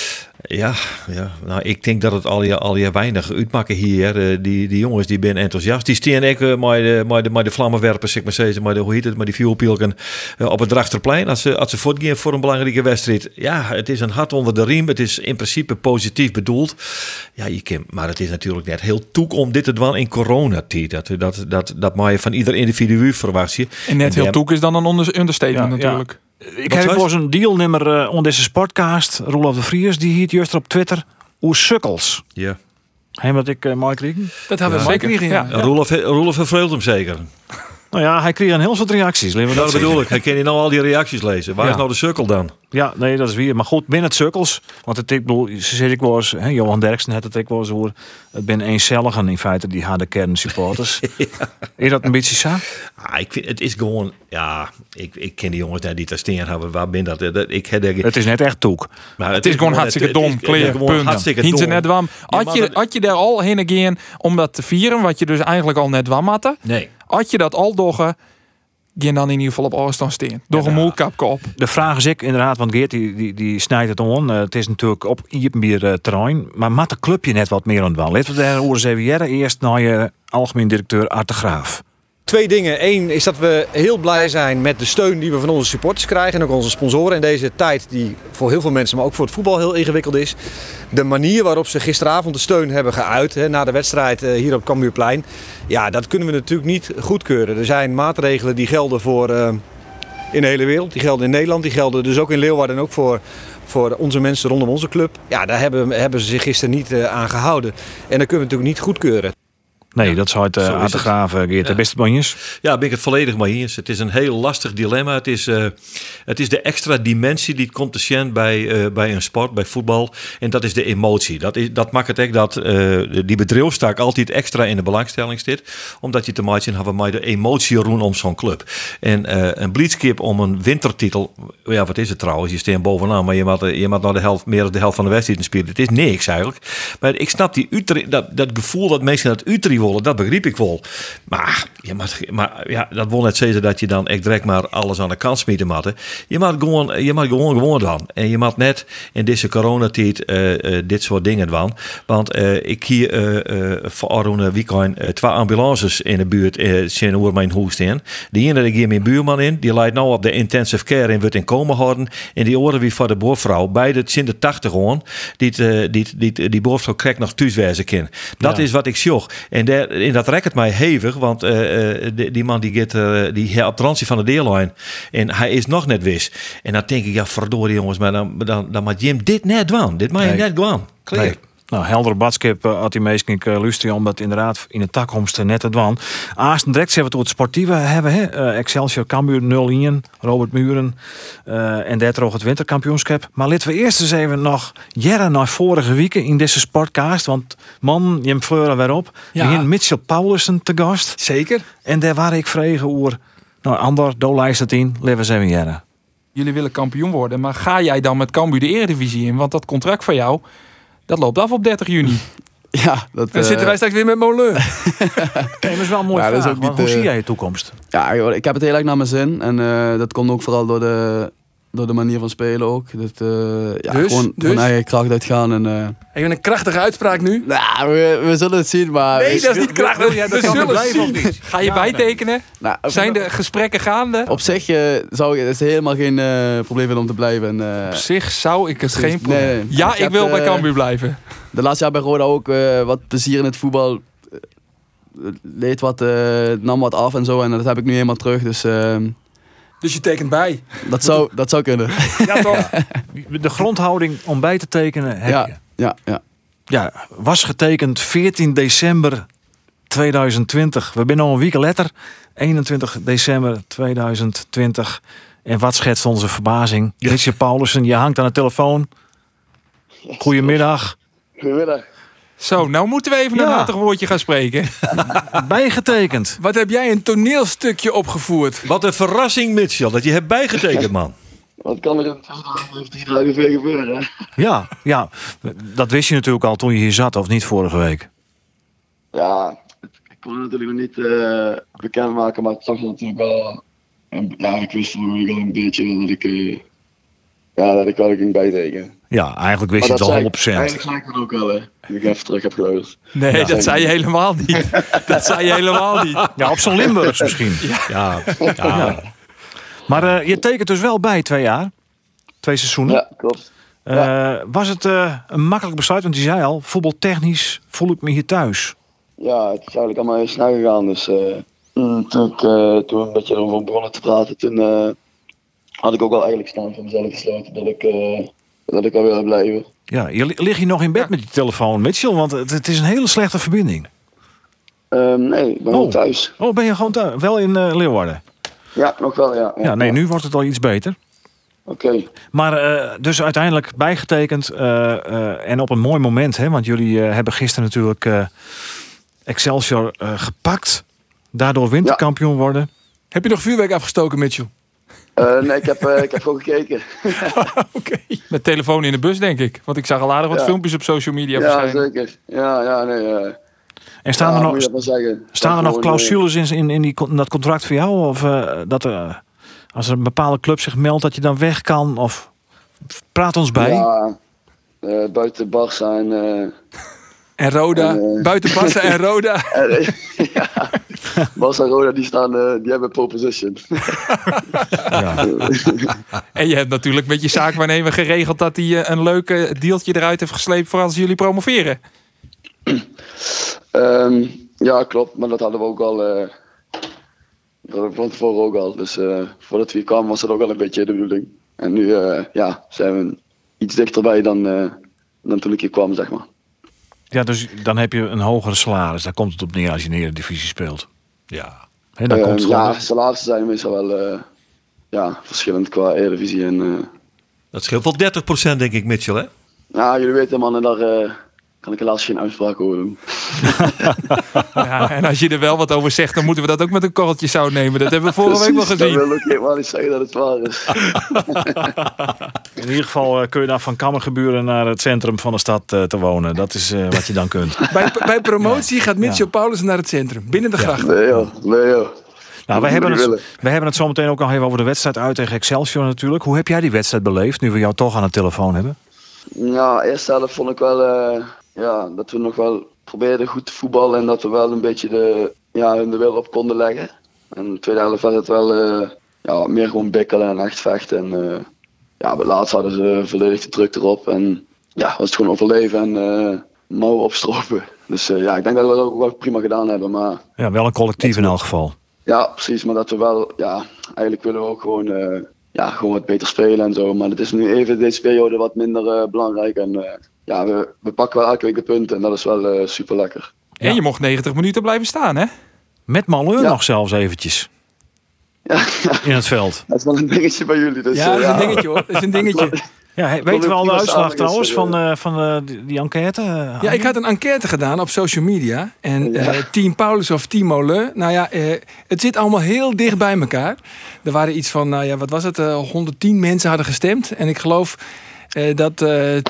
Ja, nou, ik denk dat het al je weinig uitmaken hier. Die jongens die ben enthousiast. Die staan ik met de vlammenwerpers, zeg maar zeggen, maar hoe heet het, maar die vuurpilken op het Drachterplein. Als ze voortgaan voor een belangrijke wedstrijd. Ja, het is een hart onder de riem. Het is in principe positief bedoeld. Ja, maar het is natuurlijk net heel toek om dit te doen in coronatijd. Dat mag je van ieder individu verwachten. En net heel toek is dan een understatement natuurlijk. Ja. Ik heb wel eens een deelnemer onder deze podcast, Roelof de Vries, die hiet juist op Twitter hoe sukkels. Ja. Hem wat ik mooi kreeg. Dat hebben we zeker kregen. Ja. Roelof verveelt hem zeker. Nou ja, hij kreeg een heel soort reacties. Dat bedoel ik. Hij kan nou al die reacties lezen. Waar is nou de sukkel dan? Ja, nee, dat is weer. Maar goed, binnen het sukkels. Want ik bedoel, ze zit ik wel eens, Johan Derksen had het ik wel eens hoor. Het ben eencelligen in feite die harde kernsupporters. Ja. Is dat een beetje zo? Ik vind het is gewoon, ja, ik ken die jongens daar die te steen hebben. Waar ben dat? Het is net echt toek. Maar het is gewoon hartstikke dom. Punt. Net wam. Had je daar al heen gaan om dat te vieren, wat je dus eigenlijk al net wam had? Nee. Had je dat al doggen, gaan dan in ieder geval op afstand staan. Door een moelkapje op. De vraag is ik inderdaad, want Geert die snijdt het on. Het is natuurlijk op Iepenbier terrein. Maar maakt de clubje net wat meer aan het wel? Laten we daar eens even eerst naar je algemeen directeur Art de Graaf. 2 dingen. 1 is dat we heel blij zijn met de steun die we van onze supporters krijgen. En ook onze sponsoren in deze tijd die voor heel veel mensen, maar ook voor het voetbal heel ingewikkeld is. De manier waarop ze gisteravond de steun hebben geuit na de wedstrijd hier op Cambuurplein. Ja, dat kunnen we natuurlijk niet goedkeuren. Er zijn maatregelen die gelden voor in de hele wereld. Die gelden in Nederland. Die gelden dus ook in Leeuwarden en ook voor onze mensen rondom onze club. Ja, daar hebben ze zich gisteren niet aan gehouden. En dat kunnen we natuurlijk niet goedkeuren. Nee, dat is uit de Graaf, Geert. De beste bonjes. Ja, ben ik het volledig mee eens. Het is een heel lastig dilemma. Het is de extra dimensie die komt te zien bij een sport, bij voetbal. En dat is de emotie. Dat maakt het echt dat die bedrijfstaak altijd extra in de belangstelling zit. Omdat je te maken hebt met de emotie rondom zo'n club. En een blitzkip om een wintertitel. Ja, wat is het trouwens? Je staat bovenaan, maar je mag nou meer dan de helft van de wedstrijd spelen. Het is niks eigenlijk. Maar ik snap dat gevoel dat mensen dat Utrecht willen, dat begrijp ik wel. Maar dat wil net zeggen dat je dan echt direct maar alles aan de kant smeten moet. Je mag gewoon dan. En je mag net in deze coronatijd dit soort dingen doen. Want ik hier voor een weekend 2 ambulances in de buurt zijn over mijn huis staan. Die ene geeft mijn buurman in. Die leidt nou op de intensive care en wordt in coma houden. En die horen wie voor de boervrouw. Beide zijn de 80 gewoon. Die boervrouw krijgt nog thuiswezen kind. Dat is wat ik zocht. En dat rekt mij hevig, want die man die gaat op de randje van de deerlijn en hij is nog net wis. En dan denk ik, ja verdorie jongens, maar dan moet Jim dit net doen. Dit mag je net gewoon. Clear. Nee. Nou, heldere badskip had die meestal luisteren om dat inderdaad in de takkomst net te doen. Aasten direct zijn we tot het sportieve hebben. Excelsior Cambuur 0-1, Robert Muren en daardoor het winterkampioenschap. Maar laten we eerst eens even nog jaren naar vorige weken in deze sportcast. Want man, Jim Fleuren weer op. Ja. We Mitchell Paulussen te gast. Zeker. En daar waren ik vregen over. Nou, Ander, do lijst het in. Laten we even jaren. Jullie willen kampioen worden, maar ga jij dan met Cambuur de Eredivisie in? Want dat contract van jou, dat loopt af op 30 juni. Ja, dan zitten wij straks weer met Moleur. Nee, dat is wel een mooie vraag. Ook niet, hoe zie jij je toekomst? Ja, joh, ik heb het heel erg naar mijn zin. En dat komt ook vooral door door de manier van spelen ook. Dat, Dus? gewoon eigen kracht uitgaan. En, Even een krachtige uitspraak nu. nou, we zullen het zien, maar... Nee, dat is niet krachtig. Ja, We zullen zien. Ga je bijtekenen? Nou, Zijn de gesprekken gaande? op zich zou het helemaal geen probleem vinden om te blijven. En, Op zich zou ik het geen probleem. nee. Ja, ik wil bij Cambuur blijven. De laatste jaar bij Roda ook wat plezier in het voetbal. Leed wat, nam wat af en zo. En dat heb ik nu helemaal terug. Dus Dus je tekent bij. dat zou kunnen. Ja, toch? De grondhouding om bij te tekenen heb je. Ja. Ja, was getekend 14 december 2020. We zijn al een week later. 21 december 2020. En wat schetst onze verbazing? Mitchell Paulussen, je hangt aan de telefoon. Goedemiddag. Goedemiddag. Zo, nou moeten we even een matig woordje gaan spreken. Bijgetekend. Wat heb jij een toneelstukje opgevoerd? Wat een verrassing, Mitchell, dat je hebt bijgetekend, man. Wat kan er in 3 dagen veel gebeuren, hè? Ja, dat wist je natuurlijk al toen je hier zat, of niet vorige week? Ja, ik kon het natuurlijk nog niet bekendmaken, maar het zag er natuurlijk wel... Ja, ik wist vorige week al een beetje dat ik wel ging bijtekenen. Ja, eigenlijk wist je Maar het al 100%. eigenlijk zei ik het ook wel, hè. Toen ik even terug heb geluisterd. Nee, dat zei je helemaal niet. Dat zei je helemaal niet. Ja, op zo'n Limburgs misschien. Ja. Maar je tekent dus wel bij 2 jaar. 2 seizoenen. Ja, klopt. Was het een makkelijk besluit? Want je zei al, voetbaltechnisch voel ik me hier thuis. Ja, het is eigenlijk allemaal heel snel gegaan. Dus toen een beetje erover begonnen te praten, toen had ik ook wel eigenlijk staan voor mezelf besloten dat ik wel wil blijven. Ja, lig je nog in bed met die telefoon, Mitchell? Want het is een hele slechte verbinding. Nee, ik ben gewoon thuis. Oh, ben je gewoon thuis? Wel in Leeuwarden? Ja, nog wel, ja. Ja, nee, nu wordt het al iets beter. Oké. Maar dus uiteindelijk bijgetekend en op een mooi moment. Hè, want jullie hebben gisteren natuurlijk Excelsior gepakt. Daardoor winterkampioen worden. Heb je nog vuurwerk afgestoken, Mitchell? Nee, ik heb gewoon gekeken. Oké. Met telefoon in de bus, denk ik. Want ik zag al aardig wat filmpjes op social media Ja, verschijnen. zeker. Ja, nee. En staan moet je dat maar zeggen. er nog clausules in dat contract voor jou? Of dat als er een bepaalde club zich meldt dat je dan weg kan? Of praat ons bij. Ja, buiten Barça en... En Roda. Buiten Barça en Roda. ja, Barça en Roda die hebben pole position. Ja. En je hebt natuurlijk met je zaakwaarnemer geregeld dat hij een leuk dealtje eruit heeft gesleept voor als jullie promoveren. Ja, klopt. Maar dat hadden we ook al... dat hadden we van tevoren ook al. Dus voordat we hier kwamen was dat ook al een beetje de bedoeling. En nu zijn we iets dichterbij dan toen ik hier kwam, zeg maar. Ja, dus dan heb je een hogere salaris. Daar komt het op neer als je in de Eredivisie speelt. Ja. He, dan komt het gewoon... salarissen zijn meestal wel verschillend qua Eredivisie. En, Dat scheelt wel 30%, denk ik, Mitchell, hè? ja, jullie weten, mannen, daar kan ik helaas geen uitspraak over doen. Ja, en als je er wel wat over zegt, dan moeten we dat ook met een korreltje zout nemen. Dat hebben we vorige week wel gezien. Ik wil ook helemaal niet zeggen dat het waar is. In ieder geval kun je dan van Kammergeburen naar het centrum van de stad te wonen. Dat is wat je dan kunt. Bij promotie gaat Mitchell Paulussen naar het centrum. Binnen de gracht. Nee joh. Nou, we hebben het zo meteen ook nog even over de wedstrijd uit tegen Excelsior natuurlijk. Hoe heb jij die wedstrijd beleefd, nu we jou toch aan de telefoon hebben? Ja, eerst zelf vond ik wel dat we nog wel probeerden goed te voetballen en dat we wel een beetje de wil op konden leggen. En de tweede helft was het wel meer gewoon bikkelen en echt vechten. En laatst hadden ze volledig de druk erop en was het gewoon overleven en mouwen opstropen. Dus ik denk dat we dat ook wel prima gedaan hebben. Maar, ja, wel een collectief in elk geval. Ja, precies. Maar dat we wel, eigenlijk willen we ook gewoon wat beter spelen en zo. Maar het is nu even deze periode wat minder belangrijk. En we pakken wel elke week de punten en dat is wel super lekker. En je mocht 90 minuten blijven staan, hè? Met Malheur nog zelfs eventjes. Ja. In het veld. Dat is wel een dingetje bij jullie. Dus, dat is een dingetje hoor. Dat is een dingetje. Ja, weten we al de uitslag trouwens van die enquête? Ja, ik had een enquête gedaan op social media. En Team Paulus of Team Moleu. Nou ja, het zit allemaal heel dicht bij elkaar. Er waren iets van, wat was het? 110 mensen hadden gestemd. En ik geloof Dat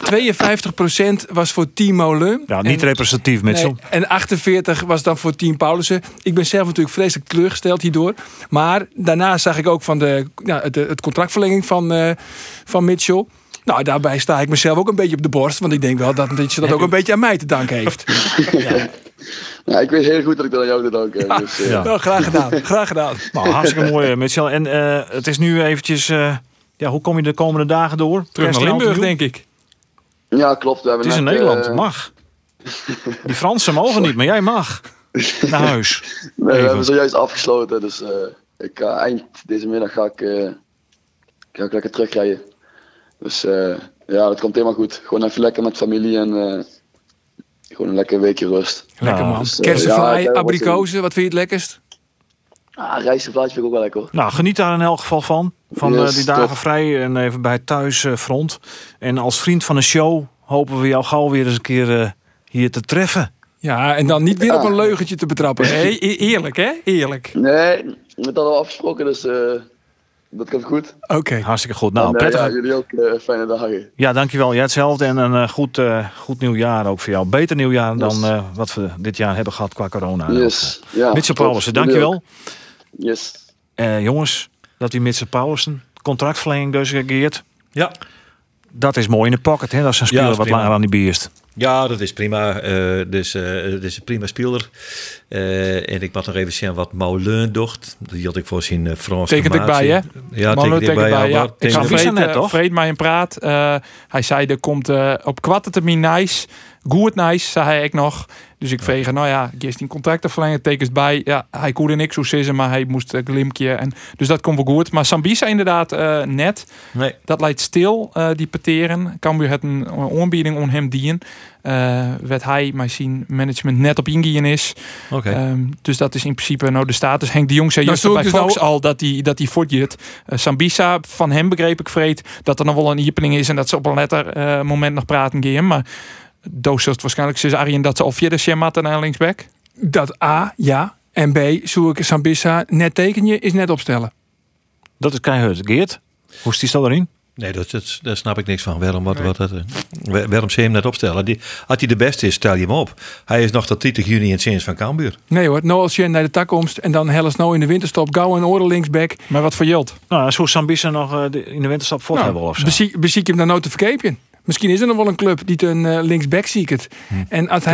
52% was voor Timo Leum. Ja, niet representatief, Mitchell. Nee, en 48 was dan voor Team Paulussen. Ik ben zelf natuurlijk vreselijk teleurgesteld hierdoor. Maar daarna zag ik ook van het contractverlenging van Mitchell. Nou, daarbij sta ik mezelf ook een beetje op de borst. Want ik denk wel dat Mitchell dat ook een beetje aan mij te danken heeft. Ja, ik weet heel goed dat ik dat aan jou te danken heb. Dus, Nou, graag gedaan. Graag gedaan. Nou, hartstikke mooi, Mitchell. En het is nu eventjes... hoe kom je de komende dagen door? Terug naar Limburg, denk ik. Ja, klopt. We hebben het is in Nederland, mag. Die Fransen mogen niet, maar jij mag. Naar huis. Nee, we hebben zojuist afgesloten. Dus eind deze middag ga ik lekker terugrijden. Dus dat komt helemaal goed. Gewoon even lekker met familie en gewoon een lekker weekje rust. Lekker man. Dus, kersenvlaai, abrikozen, wat vind je het lekkerst? Rijstevlaatje vind ik ook wel lekker hoor. Nou, geniet daar in elk geval van. Van die dagen vrij en even bij het thuisfront. En als vriend van de show hopen we jou gauw weer eens een keer hier te treffen. Ja, en dan niet weer op een leugentje te betrappen. Eerlijk, hè? Eerlijk. Nee, we hebben al afgesproken, dus dat komt goed. Oké, hartstikke goed. Nou, prettig. Jullie ook fijne dagen. Ja, dankjewel. Ja, hetzelfde. En een goed nieuwjaar ook voor jou. Beter nieuwjaar dan wat we dit jaar hebben gehad qua corona. Yes. Ja, Mitchell Paulussen, dankjewel. Yes. Jongens, dat u Mitchell Paulussen contractverlenging dus Geert. Ja. Dat is mooi in de pocket, hè? Dat is een speler wat langer aan die bierst. Ja, dat is prima. Dus het is een prima speler. En ik moet nog even zien wat Moulin docht. Die had ik voor zijn Frans. Tekent ik bij, hè? Ja, tekent ik bij. Ja. Ik ga Vreed mij in praat. Hij zei, er komt op korte termijn nice. Goed nice, zei hij ik nog. Dus ik veeg, eerst die contracten verlengen, tekens bij. Ja, hij kon er niks zo zeggen, maar hij moest een glimpje. En dus dat komt wel goed. Maar Sambisa inderdaad net. Nee. Dat leidt stil, die peteren. Cambuur had een aanbieding om hem dienen. Werd hij met zijn management net op ingaan is. Okay. Dus dat is in principe de status. Henk de Jong zei juist bij Fox al dat hij voortjeert. Sambisa, van hem begreep ik vreed dat er nog wel een iepening is en dat ze op een letter moment nog praten gaan. Maar Doos zult waarschijnlijk zeggen Arjen dat ze al via de Schermatten naar linksback. Dat A, ja. En B, zoek ik Sambisa net tekenje is net opstellen. Dat is keihard. Geert, hoe is die stel erin? Nee, daar snap ik niks van. Waarom zou je hem net opstellen? Als hij de beste is, stel je hem op. Hij is nog tot 30 juni in het zins van Cambuur. Nee hoor, nou als je naar de takkomst en dan helle snow in de winterstop, gauw en oren linksback. Maar wat voor Jilt? Nou, zou Sambisa nog in de winterstop voort hebben of zo? Beziek je hem dan nooit te verkepen? Misschien is er nog wel een club die een linksback ziet. En als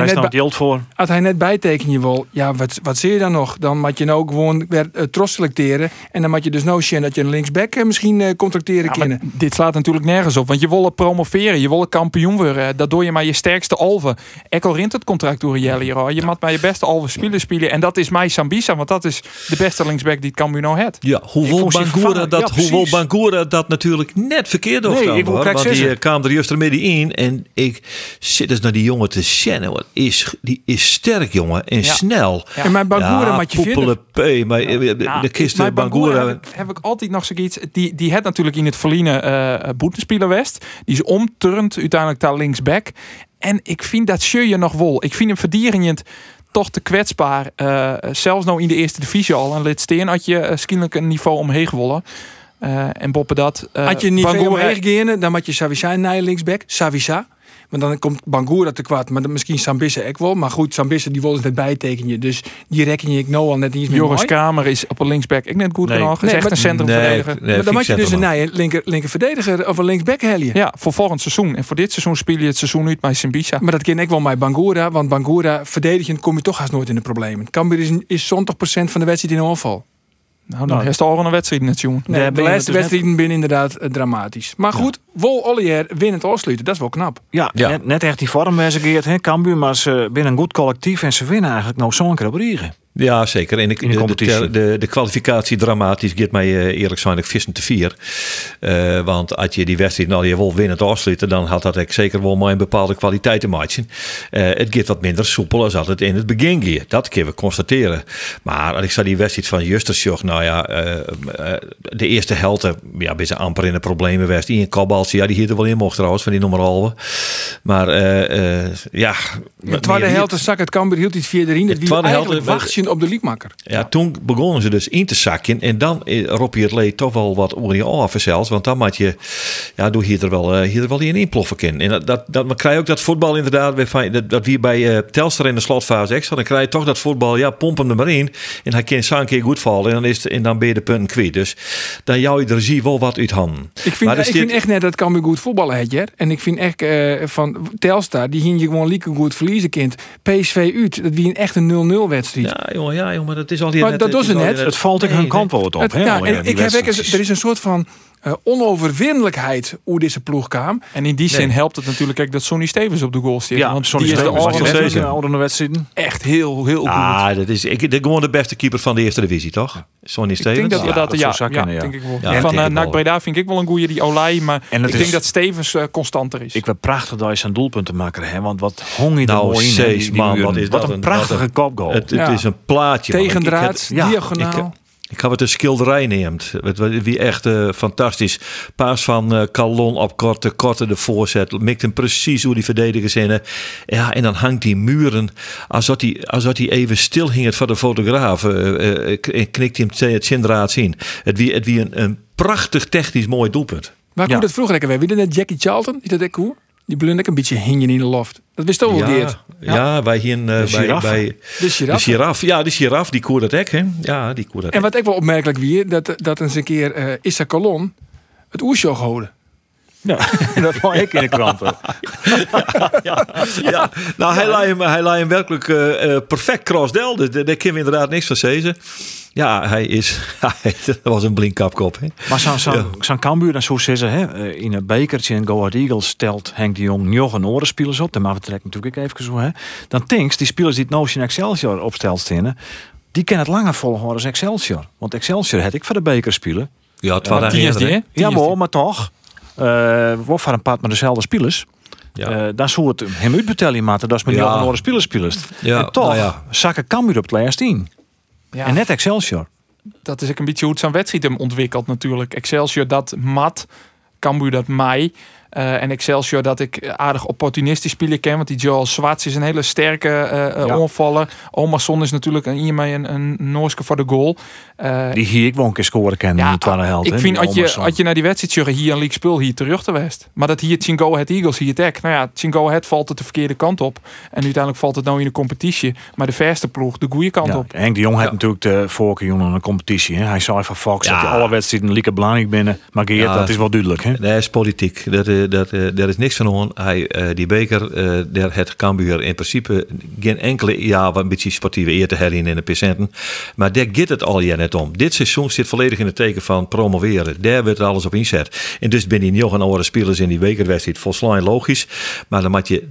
hij net bijtekenen wil, ja, wat zie je dan nog? Dan moet je nou gewoon weer tros selecteren. En dan moet je dus nou zien dat je een linksback misschien contracteren kunnen. Dit slaat natuurlijk nergens op. Want je wil promoveren, je wil kampioen worden. Dat doe je maar je sterkste alve. Ekkel rint het contract door je moet maar je beste alve spelen. En dat is mij Sambisa, want dat is de beste linksback die het Cambuur nou heeft. Ja, hoewel Bangura dat natuurlijk net verkeerd opstaan. Want die kwam er juist midden in en ik zit dus naar die jongen te zien. Die is sterk, jongen, en snel. Ja. En mijn Bangura moet je vinden. Maar de kisten Bangura heb ik altijd nog zoiets. Die had natuurlijk in het verliezen boetenspeler West. Die is omturnd uiteindelijk daar linksback. En ik vind dat je nog wel. Ik vind hem verdierend toch te kwetsbaar. Zelfs nou in de eerste divisie al. En let steen had je skillelijk een niveau omheen gewollen. En boppen dat. Had je niet veel omheen gegaan, dan had je Savisa naar linksback. Savisa. Want dan komt Bangura te kwaad. Maar misschien Sambisa ook wel. Maar goed, Sambisa die wil het net bijtekenen. Dus die reken je nou al net niet meer. Joris Kramer is op een linksback ik net goed genoeg. Is echt een centrumverdediger. Maar dan moet je dus een linker verdediger of een linksback helien. Ja, voor volgend seizoen. En voor dit seizoen speel je het seizoen uit met Sambisa. Maar dat ken ik wel met Bangura. Want Bangura verdedigend kom je toch haast nooit in de problemen. Cambuur is 20% van de wedstrijd in afval. Nou, dan heeft al een wedstrijd net, jongen. Nee, de laatste wedstrijden binnen inderdaad dramatisch. Maar goed, Wol Ollier winnend afsluiten, dat is wel knap. Ja. Net echt die vorm gegeerd, hè, Cambuur, maar ze binnen een goed collectief en ze winnen eigenlijk nou zo'n keer op Riegen. Ja, zeker. En de kwalificatie dramatisch gaat mij eerlijk zijn vissen te vier. Want als je die wedstrijd al je wil winnend afsluiten, dan had dat zeker wel maar een bepaalde kwaliteit te maken. Het gaat wat minder soepel als dat het in het begin gaat. Dat kunnen we constateren. Maar als ik zag die wedstrijd van Justersjoch, de eerste helft, ben ze amper in de problemen geweest. Die een kabbaltje, die hier er wel in mocht trouwens, van die nummer halve. Maar de tweede helft zak het Cambuur hield iets 4-3. Dat wie eigenlijk wachtje op de liedmakker. Ja, toen begonnen ze dus in te zakken. En dan roep je het leed toch wel wat over je af zelfs. Want dan maak je, doe je er wel in inploffen in. En dan krijg je ook dat voetbal inderdaad, dat wie bij Telstar in de slotfase extra, dan krijg je toch dat voetbal, pomp hem er maar in. En hij kan zo een keer goed vallen. En dan ben je de punten kwijt. Dus dan jou je er zie wel wat uit handen. Ik vind echt net dat Cambuur goed voetballen heeft, Jer. En ik vind echt van Telstar, die ging je gewoon lieke goed verliezen, kind. PSV uit, dat wie een echt een 0-0 wedstrijd. Ja, jongen, maar dat is al hier maar net. dat doen ze net. Het valt ik hun kant wel wat op. Er is een soort van onoverwinnelijkheid hoe deze ploeg kwam. En in die zin helpt het natuurlijk ook dat Sonny Stevens op de goal staat. Ja, want Sonny die is de oude wedstrijden. echt heel goed. Dat is gewoon de beste keeper van de eerste divisie, toch? Sonny Stevens. Ik denk dat we denk ik wel. Ja, van NAC Breda vind ik wel een goeie, die Olij. Maar ik denk dat Stevens constanter is. Ik ben prachtig dat je zijn doelpunten maken, hè? Want wat hong je er mooi in. Man, wat een prachtige kopgoal. Het is een plaatje. Tegendraad, diagonaal. Ik heb het een schilderij neemt. Wie echt fantastisch. Paas van Calon op korte de voorzet. Mikt hem precies hoe die verdedigers in. Ja, en dan hangt die muren. Als hij even stil hing voor de fotograaf. Knikt hij hem het zindraad zien. Het wie een prachtig technisch mooi doelpunt. Maar hoe dat vroeger lekker weer. Wie net Jackie Charlton? Is dat ook hoe? Die blunde een beetje hingen in de loft. Dat wist toch wel Geert? Ja, wij hier bij de giraf. Ja, de giraf, die koert dat ek, hè? Ja, die koert dat. En wat ik wel opmerkelijk weer, dat eens een keer Issa Colon het oershow houden. Ja, dat vond ik in de kranten. Ja. Nou, hij laat hem werkelijk perfect crossdel. Daar kunnen we inderdaad niks van zeggen. Ja, dat was een blinkkapkop. Hè? Maar zo'n Cambuur, dan zo zeggen, hè, in een bekertje in Go Ahead Eagles stelt Henk de Jong nog een orenspelers op. Dan mag we trekken natuurlijk even zo. Hè. Dan Tinks, die spelers die het nou in Excelsior opstelt staan, die kennen het langer volgen als Excelsior. Want Excelsior had ik voor de beker spelen. Ja, het was ja, maar toch. We van een paar met dezelfde spelers. Ja. Dan zou het hem uitbetalen, maar dat is met nog een andere spelers. Ja, en toch zakken Cambuur op het laatste 10. Ja. En net Excelsior. Dat is ook een beetje hoe het zo'n wedstrijd hem ontwikkelt natuurlijk. Excelsior dat mat, Cambuur dat mij. En Excelsior dat ik aardig opportunistisch spelen ken. Want die Joel Swarts is een hele sterke onvaller. Omarsson is natuurlijk hiermee een Noorske voor de goal. Die hier ik wel een keer scoren kennen. Ja, ik vind als je naar die wedstrijd hier een league speel hier terug te west. Maar dat hier Go Ahead Eagles hier het. Nou ja, Go Ahead valt het de verkeerde kant op. En uiteindelijk valt het nou in de competitie. Maar de verste ploeg de goede kant op. Henk de Jong had natuurlijk de vorige jongen in een competitie. Hè? Hij zei van Fox dat alle wedstrijden lieke belangrijk binnen. Maar Geert, dat is wel duidelijk. Hè? Dat is politiek. Daar is niks van on. Die beker, daar het Cambuur in principe geen enkele wat een beetje sportieve eer te herinneren in de patiënten. Maar daar gaat het al net om. Dit seizoen zit volledig in het teken van promoveren. Daar wordt alles op inzet. En dus ben je nog een andere spelers in die bekerwedstrijd volslijn logisch. Maar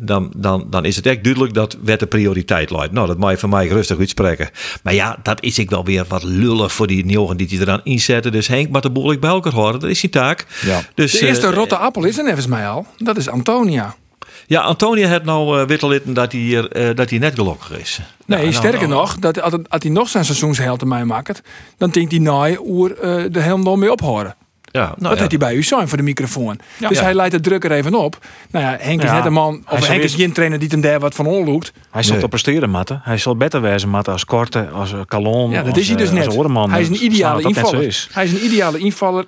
dan is het echt duidelijk dat werd de prioriteit luidt. Nou, dat mag je van mij rustig uitspreken. Maar ja, dat is ik wel weer wat lullig voor die jongen die je eraan inzetten. Dus Henk maar de boel bij elkaar horen. Dat is zijn taak. Ja. Dus, de eerste rotte appel is er nevens mij al. Dat is Antonia. Ja, Antonia had nou wittelitten dat hij net gelukkig is. Nee, sterker nog, dat als hij nog zijn seizoensheld mij maakt, dan denkt hij de helemaal mee ophouden. Ja, dat heeft hij bij u zijn voor de microfoon. Ja. Dus hij leidt de druk er even op. Nou ja, Henk is net een man, of Henk is geen trainer die hem daar wat van onloekt. Hij zal op presteren, Matte. Hij zal beter wezen, Matte, als Korte, als Calon. Ja, dat is hij dus net. Hij is een ideale invaller. Hij is een ideale invaller.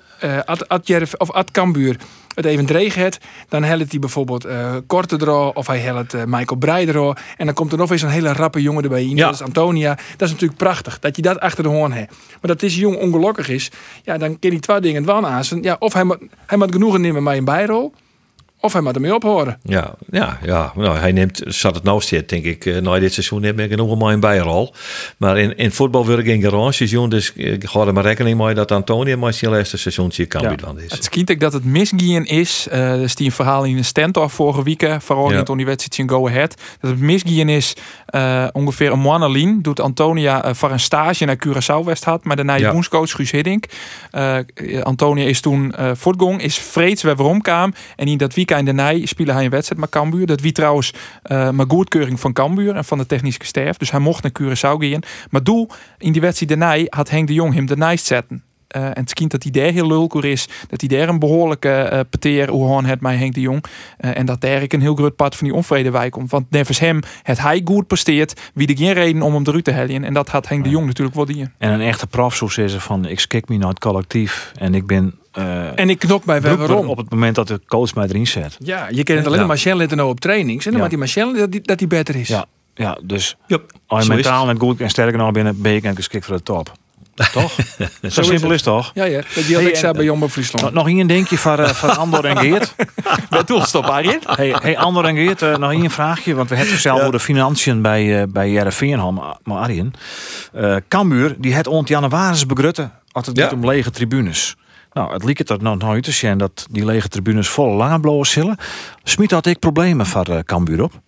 Ad Cambuur het even dreig het, dan helpt hij bijvoorbeeld Korte draw of hij helpt Michael Breidero en dan komt er nog eens een hele rappe jongen erbij in. Dat is Antonia. Dat is natuurlijk prachtig dat je dat achter de hoorn hebt. Maar dat deze jongen ongelukkig is, ja, dan kan hij twee dingen wel aanzen. Ja, of hij moet genoegen nemen met een bijrol. Of hij moet ermee ophoren. Ja. Nou, hij zat het nou zit, denk ik. Dit seizoen neem ik nog maar een bijrol. Maar in voetbal wil ik in garages, jongen. Dus ik ga er maar rekening mee dat Antonia maar zijn laatste seizoentje kampioen is. Het schijnt ik dat het misgien is. Dus die een verhaal in de stand-off vorige week. Vooral in de wedstrijd Go Ahead. Dat het misgien is ongeveer een maand doet Antonia voor een stage naar Curaçao West had. Maar daarna je boenscoach Guus Hiddink. Antonia is toen voortgong. Is vreeds weer waarom kwam. En in dat weekend in de Nij spelen hij een wedstrijd met Cambuur. Dat wie trouwens maar goedkeuring van Cambuur en van de technische staf. Dus hij mocht naar Curaçao gaan. Maar in die wedstrijd de Nij had Henk de Jong hem de Nijst zetten. En het schijnt dat hij daar heel lulkoer is. Dat hij daar een behoorlijke peteer hoe het mij Henk de Jong. En dat daar ik een heel groot part van die onvrede bij komt. Want nevens hem het hij goed presteert. Wie er geen reden om hem eruit te helien. En dat had Henk de Jong natuurlijk wel die. En een echte prof zou zeggen van ik schik me naar het collectief. En ik ben... en ik knok mij weer waarom. Op het moment dat de coach mij erin zet. Ja, je kent het alleen maar Marcel nou op trainings. En dan maakt die Marcel dat hij beter is. Ja, dus als je mentaal net goed en sterker nog binnen ben je en geschikt voor de top. Toch? Zo simpel is het toch? Ja. Dat die Alexa bij Jombo Friesland. Nog één denkje voor Andor en Geert. Met doelstop, Arjen. Hey, Andor en Geert, nog één vraagje. Want we hebben zelf over de financiën bij Heerenveen. Maar Arjen, Cambuur, die het ont januari begrutten als het gaat om lege tribunes. Nou, het liep het er nog nooit te zijn dat die lege tribunes volle lange blowen zullen. Smiet had ik problemen voor Cambuur op?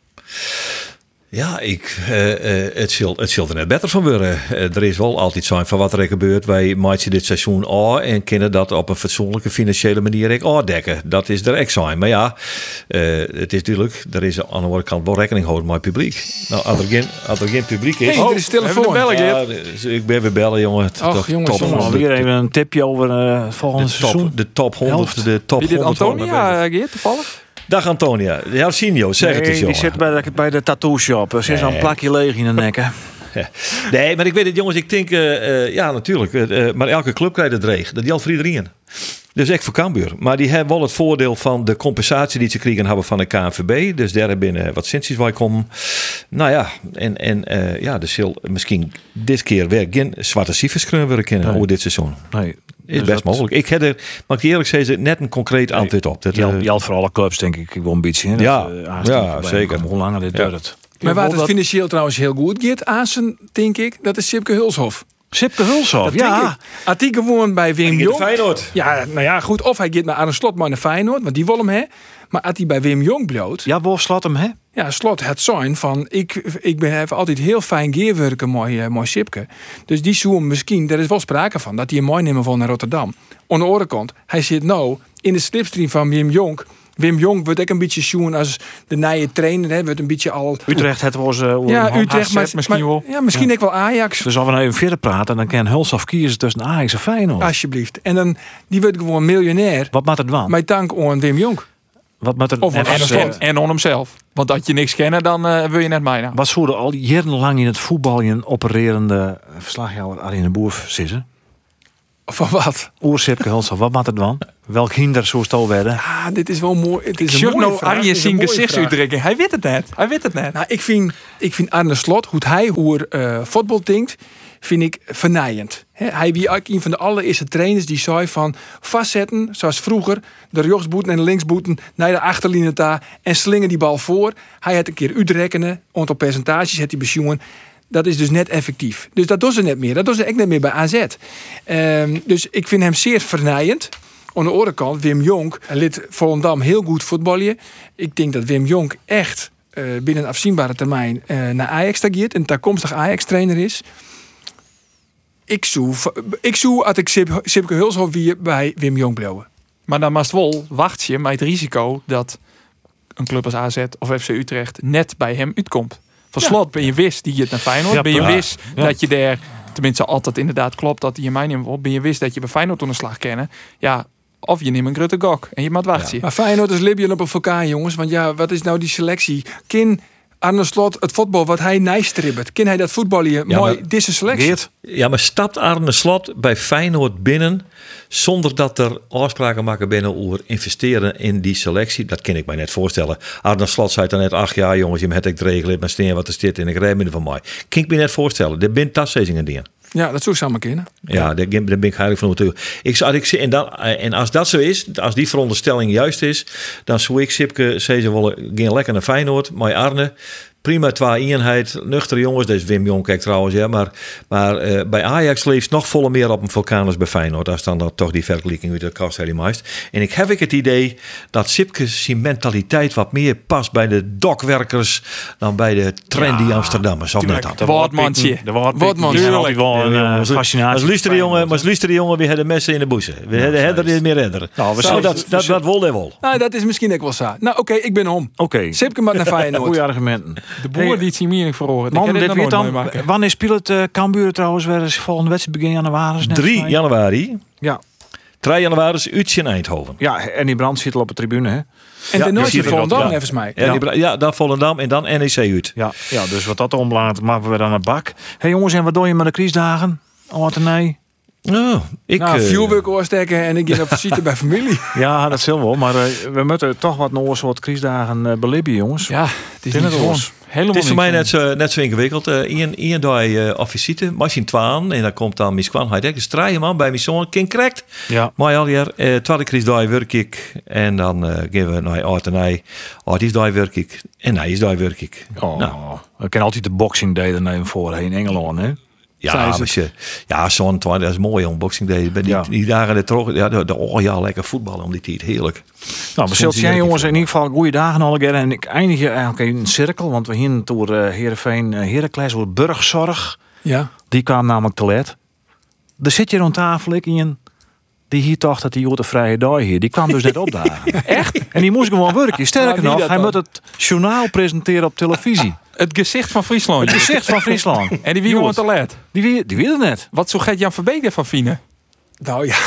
Ja, het zult er net beter van worden. Er is wel altijd zijn van wat er gebeurt. Wij maken dit seizoen al en kunnen dat op een fatsoenlijke financiële manier ook dekken. Dat is er echt zijn. Maar ja, het is natuurlijk, er is aan de andere kant wel rekening houden met het publiek. Nou, als er geen publiek is... Hey, er is telefoon. Ik ben weer bellen, jongen. Jongens, weer even een tipje over volgend seizoen. De top 100. De top 100. Is dit Antonia, Geert, toevallig? Dag Antonia. Jarcinho, zeg het eens, jongen. Die zit bij de tattoo shop. Ze is al een plakje leeg in de nek, hè? Nee, maar ik weet het, jongens. Ik denk, ja, natuurlijk. Maar elke club krijgt het dreig. Dat geldt voor iedereen. Dus echt voor Cambuur. Maar die hebben wel het voordeel van de compensatie die ze kregen hebben van de KNVB. Dus daar binnen wat centjes waar komen. Nou ja, ja, dus zal misschien dit keer weer geen zwarte cijfers kunnen we kennen over dit seizoen. Nee. Is dus best mogelijk. Ik heb er, mag ik eerlijk zeggen, net een concreet antwoord op. Dat geldt voor alle clubs, denk ik wel een beetje. Hè? Ja, zeker. Hoe langer dit duurt. Maar waar het financieel trouwens heel goed gaat, Aasen, denk ik, dat is Sipke Hulshof. Sipke Hulshof, ja. Had hij gewoon bij Wim Jong. Feyenoord. Ja, nou ja, goed. Of hij gaat met Arne Slot maar naar Feyenoord, want die wil hem, hè. Maar had hij bij Wim Jong bloot. Ja, wel Slot hem, hè? Ja, Slot het zijn van, ik ben even altijd heel fijn geerwerken, mooi Sipke. Dus die zoen misschien, er is wel sprake van, dat hij een mooi nemen van naar Rotterdam. Aan de andere kant, hij zit nou in de slipstream van Wim Jong. Wim Jong wordt ook een beetje zoen als de nieuwe trainer. Hè, wordt een beetje al... Utrecht, het was... Utrecht, maar misschien wel. Ja, misschien ook wel Ajax. Dus als we nou even verder praten, dan kan Hulshof kiezen tussen Ajax en Feyenoord. Alsjeblieft. En dan, die wordt gewoon miljonair. Wat maakt het dan? Met dank aan Wim Jong. Wat met en on hemzelf. Want dat je niks kennen, dan wil je net mij nou. Wat zouden al jarenlang in het voetbal een opererende verslagjouwer Arjen de Boer zitten? Van wat? Oersipke Hulshof, wat maakt het dan? Welk hinder zo stal werden? Ah, dit is wel mooi. Het is een mooie nou vraag. Arjen zijn gezichtsuitdrukking. Hij weet het net. Nou, ik vind Arne Slot, hoe hij voetbal denkt, vind ik vernijend. Hij wie ook een van de allereerste trainers die zei van vastzetten, zoals vroeger, de rechtsboeten en de linksboeten naar de achterlinie daar en slingen die bal voor. Hij had een keer uitrekenen, aantal percentages had hij besjoen. Dat is dus net effectief. Dus dat doen ze net meer. Dat doen ze echt net meer bij AZ. Dus ik vind hem zeer vernijend. Aan de andere kant, Wim Jong liet Volendam heel goed voetballen. Ik denk dat Wim Jong echt binnen een afzienbare termijn naar Ajax tageert. Een toekomstig Ajax-trainer is. Ik zou als ik Sipke Hulshof weer bij Wim Jong blijven. Maar dan moest wel wacht je met het risico dat een club als AZ of FC Utrecht net bij hem uitkomt. Van Slot ben je wist die je het naar Feyenoord. Ben je wist dat je daar, tenminste altijd inderdaad klopt dat hij in mij neemt. Ben je wist dat je bij Feyenoord aan de slag kennen. Ja, of je neemt een grote gok en je moet wachten. Maar Feyenoord is Libyen op een vulkaan, jongens. Want ja, wat is nou die selectie? Arne Slot, het voetbal wat hij nijstribbert. Ken hij dat voetballen mooi, deze selectie? Geert? Ja, maar stapt Arne Slot bij Feyenoord binnen zonder dat er afspraken maken binnen over investeren in die selectie? Dat kan ik mij net voorstellen. Arne Slot zei dan net, ach ja jongens, je hebt het regelen, maar steen wat er zit in de rijmiddel van mij. Kan ik me net voorstellen. Er bent tastzezingen dingen. Ja, dat zou samen kunnen. Ja, daar ben ik eigenlijk van overtuigd. En als dat zo is, als die veronderstelling juist is, dan zou ik Sipke zeggen willen gaan lekker naar Feyenoord, maar Arne, prima 2-eenheid, nuchtere jongens, dat is Wim Jong kijk trouwens, ja, maar bij Ajax leeft nog volle meer op een vulkaan als bij Feyenoord. Daar staan dan toch die vergelijking uit de kast meest. En ik heb het idee dat Sipke zijn mentaliteit wat meer past bij de dokwerkers dan bij de trendy Amsterdammers. Of net dat? De woordmandje. De woordmandje. Altijd wel een fascinatie. Als luisteren jongen, we hebben messen in de boezen. We hebben er meer redder. Nou, dat wil hij wel. Nou, dat is misschien ook wel zo. Nou, oké, ik ben om. Oké. Sipke maar naar Feyenoord. Goeie argumenten. De boer die het zien meer verhoren. Man, dit weet dan. Wanneer speelt het Cambuur trouwens weer eens volgende wedstrijd begin januari? 3 januari. Ja. 3 januari is Utje in Eindhoven. Ja, en die brand zit al op de tribune, hè? En de nooit Volendam, volgens mij. Ja, dan Volendam en dan NEC uit. Ja, dus wat dat omlaat, maken we dan een bak. Hé jongens, en wat doe je met de kriesdagen? Nee. Oh, vuurwerk oorsteken en ik ga op visite bij familie. Ja, dat zal wel. Maar we moeten toch wat nog een soort kriesdagen belibben, jongens. Ja, het is niet gewoon. Het is voor mij net zo ingewikkeld. Eén dag op visite, machine 12. En dan komt dan Miss Kwan. Hij denkt, dus 3 man bij mijn zoon. Kind correct. Ja. Maar al jaar, tweede kriesdag werk ik. En dan gaan we naar Artenij. Artiesdag werk ik. En hij is daar werk ik. Oh, nou. We kunnen altijd de Boxing Day er nemen voor in Engeland, hè? Ja, zo'n dat is mooi om Boxing Day. Die dagen er lekker voetballen om die tijd. Heerlijk. Nou, we zullen jongens in ieder geval goede dagen al keer. En ik eindig je eigenlijk in een cirkel. Want we gingen door Heerenveen, Heracles, door Burgzorg. Ja. Die kwam namelijk te laat. Er zit je rond tafel, ik in. Die hier toch dat die de vrije dag hier. Die kwam dus net opdagen. Echt? En die moest gewoon werken. Sterker nog, hij moet het journaal presenteren op televisie. Het gezicht van Friesland. Het gezicht van Friesland. En die wie gewoon te laat. Die wie het net. Wat zo gaat Jan Verbeek van Fine? Nou ja.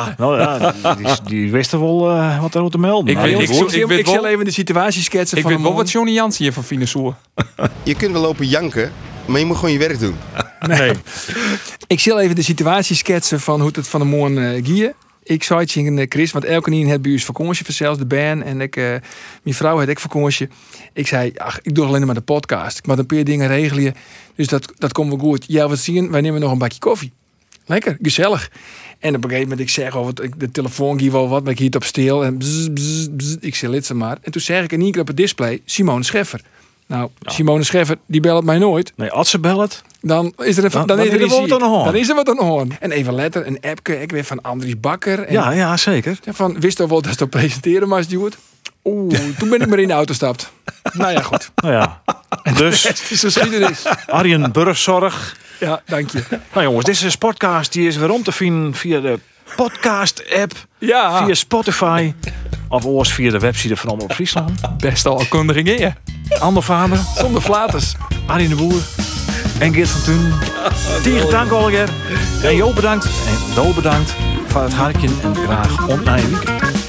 Die wisten wel wat er moet te melden. Ik zal even de situatie schetsen. Ik weet wel wat Johnny Jansen hier van Fine zoer. Je kunt wel lopen janken, maar je moet gewoon je werk doen. Nee. Ik zal even de situatie schetsen van hoe het van de morgen ging. Ik zei het tegen Chris, want elke keer het bij ons vakantie, zelfs de band. En mijn vrouw had ik vakantie. Ik zei, ik doe alleen maar de podcast. Ik moet een paar dingen regelen. Dus dat komt wel goed. Ja, wat zien? Wij nemen nog een bakje koffie. Lekker, gezellig. En op een gegeven moment, ik zeg de telefoon ging wel wat, maar ik hield op stil. En bzz, ik zei, lid ze maar. En toen zeg ik in één keer op het display, Simone Scheffer. Nou, Simone Scheffer, die belt mij nooit. Nee, als ze belt, dan is er dan is er wat aan de hoorn. En even letter, een appje, ik weer van Andries Bakker. En ja, zeker. Van, wist je wel dat ze presenteren, maar Stuart? Toen ben ik maar in de auto gestapt. Nou ja, goed. Nou ja. Dus, Arjen Burgzorg. Ja, dank je. Nou jongens, deze podcast die is weer om te vinden via de podcast-app. Ja. Via Spotify. Of oors via de website van Omroep Friesland. Best al aankondigingen, ja. Ander Faber. Zonder flaters. Arjen de Boer. En Geert van Thun. Tiege dank alweer. En Jo bedankt. En Do bedankt voor het hartje. En graag ontnaaien weekend.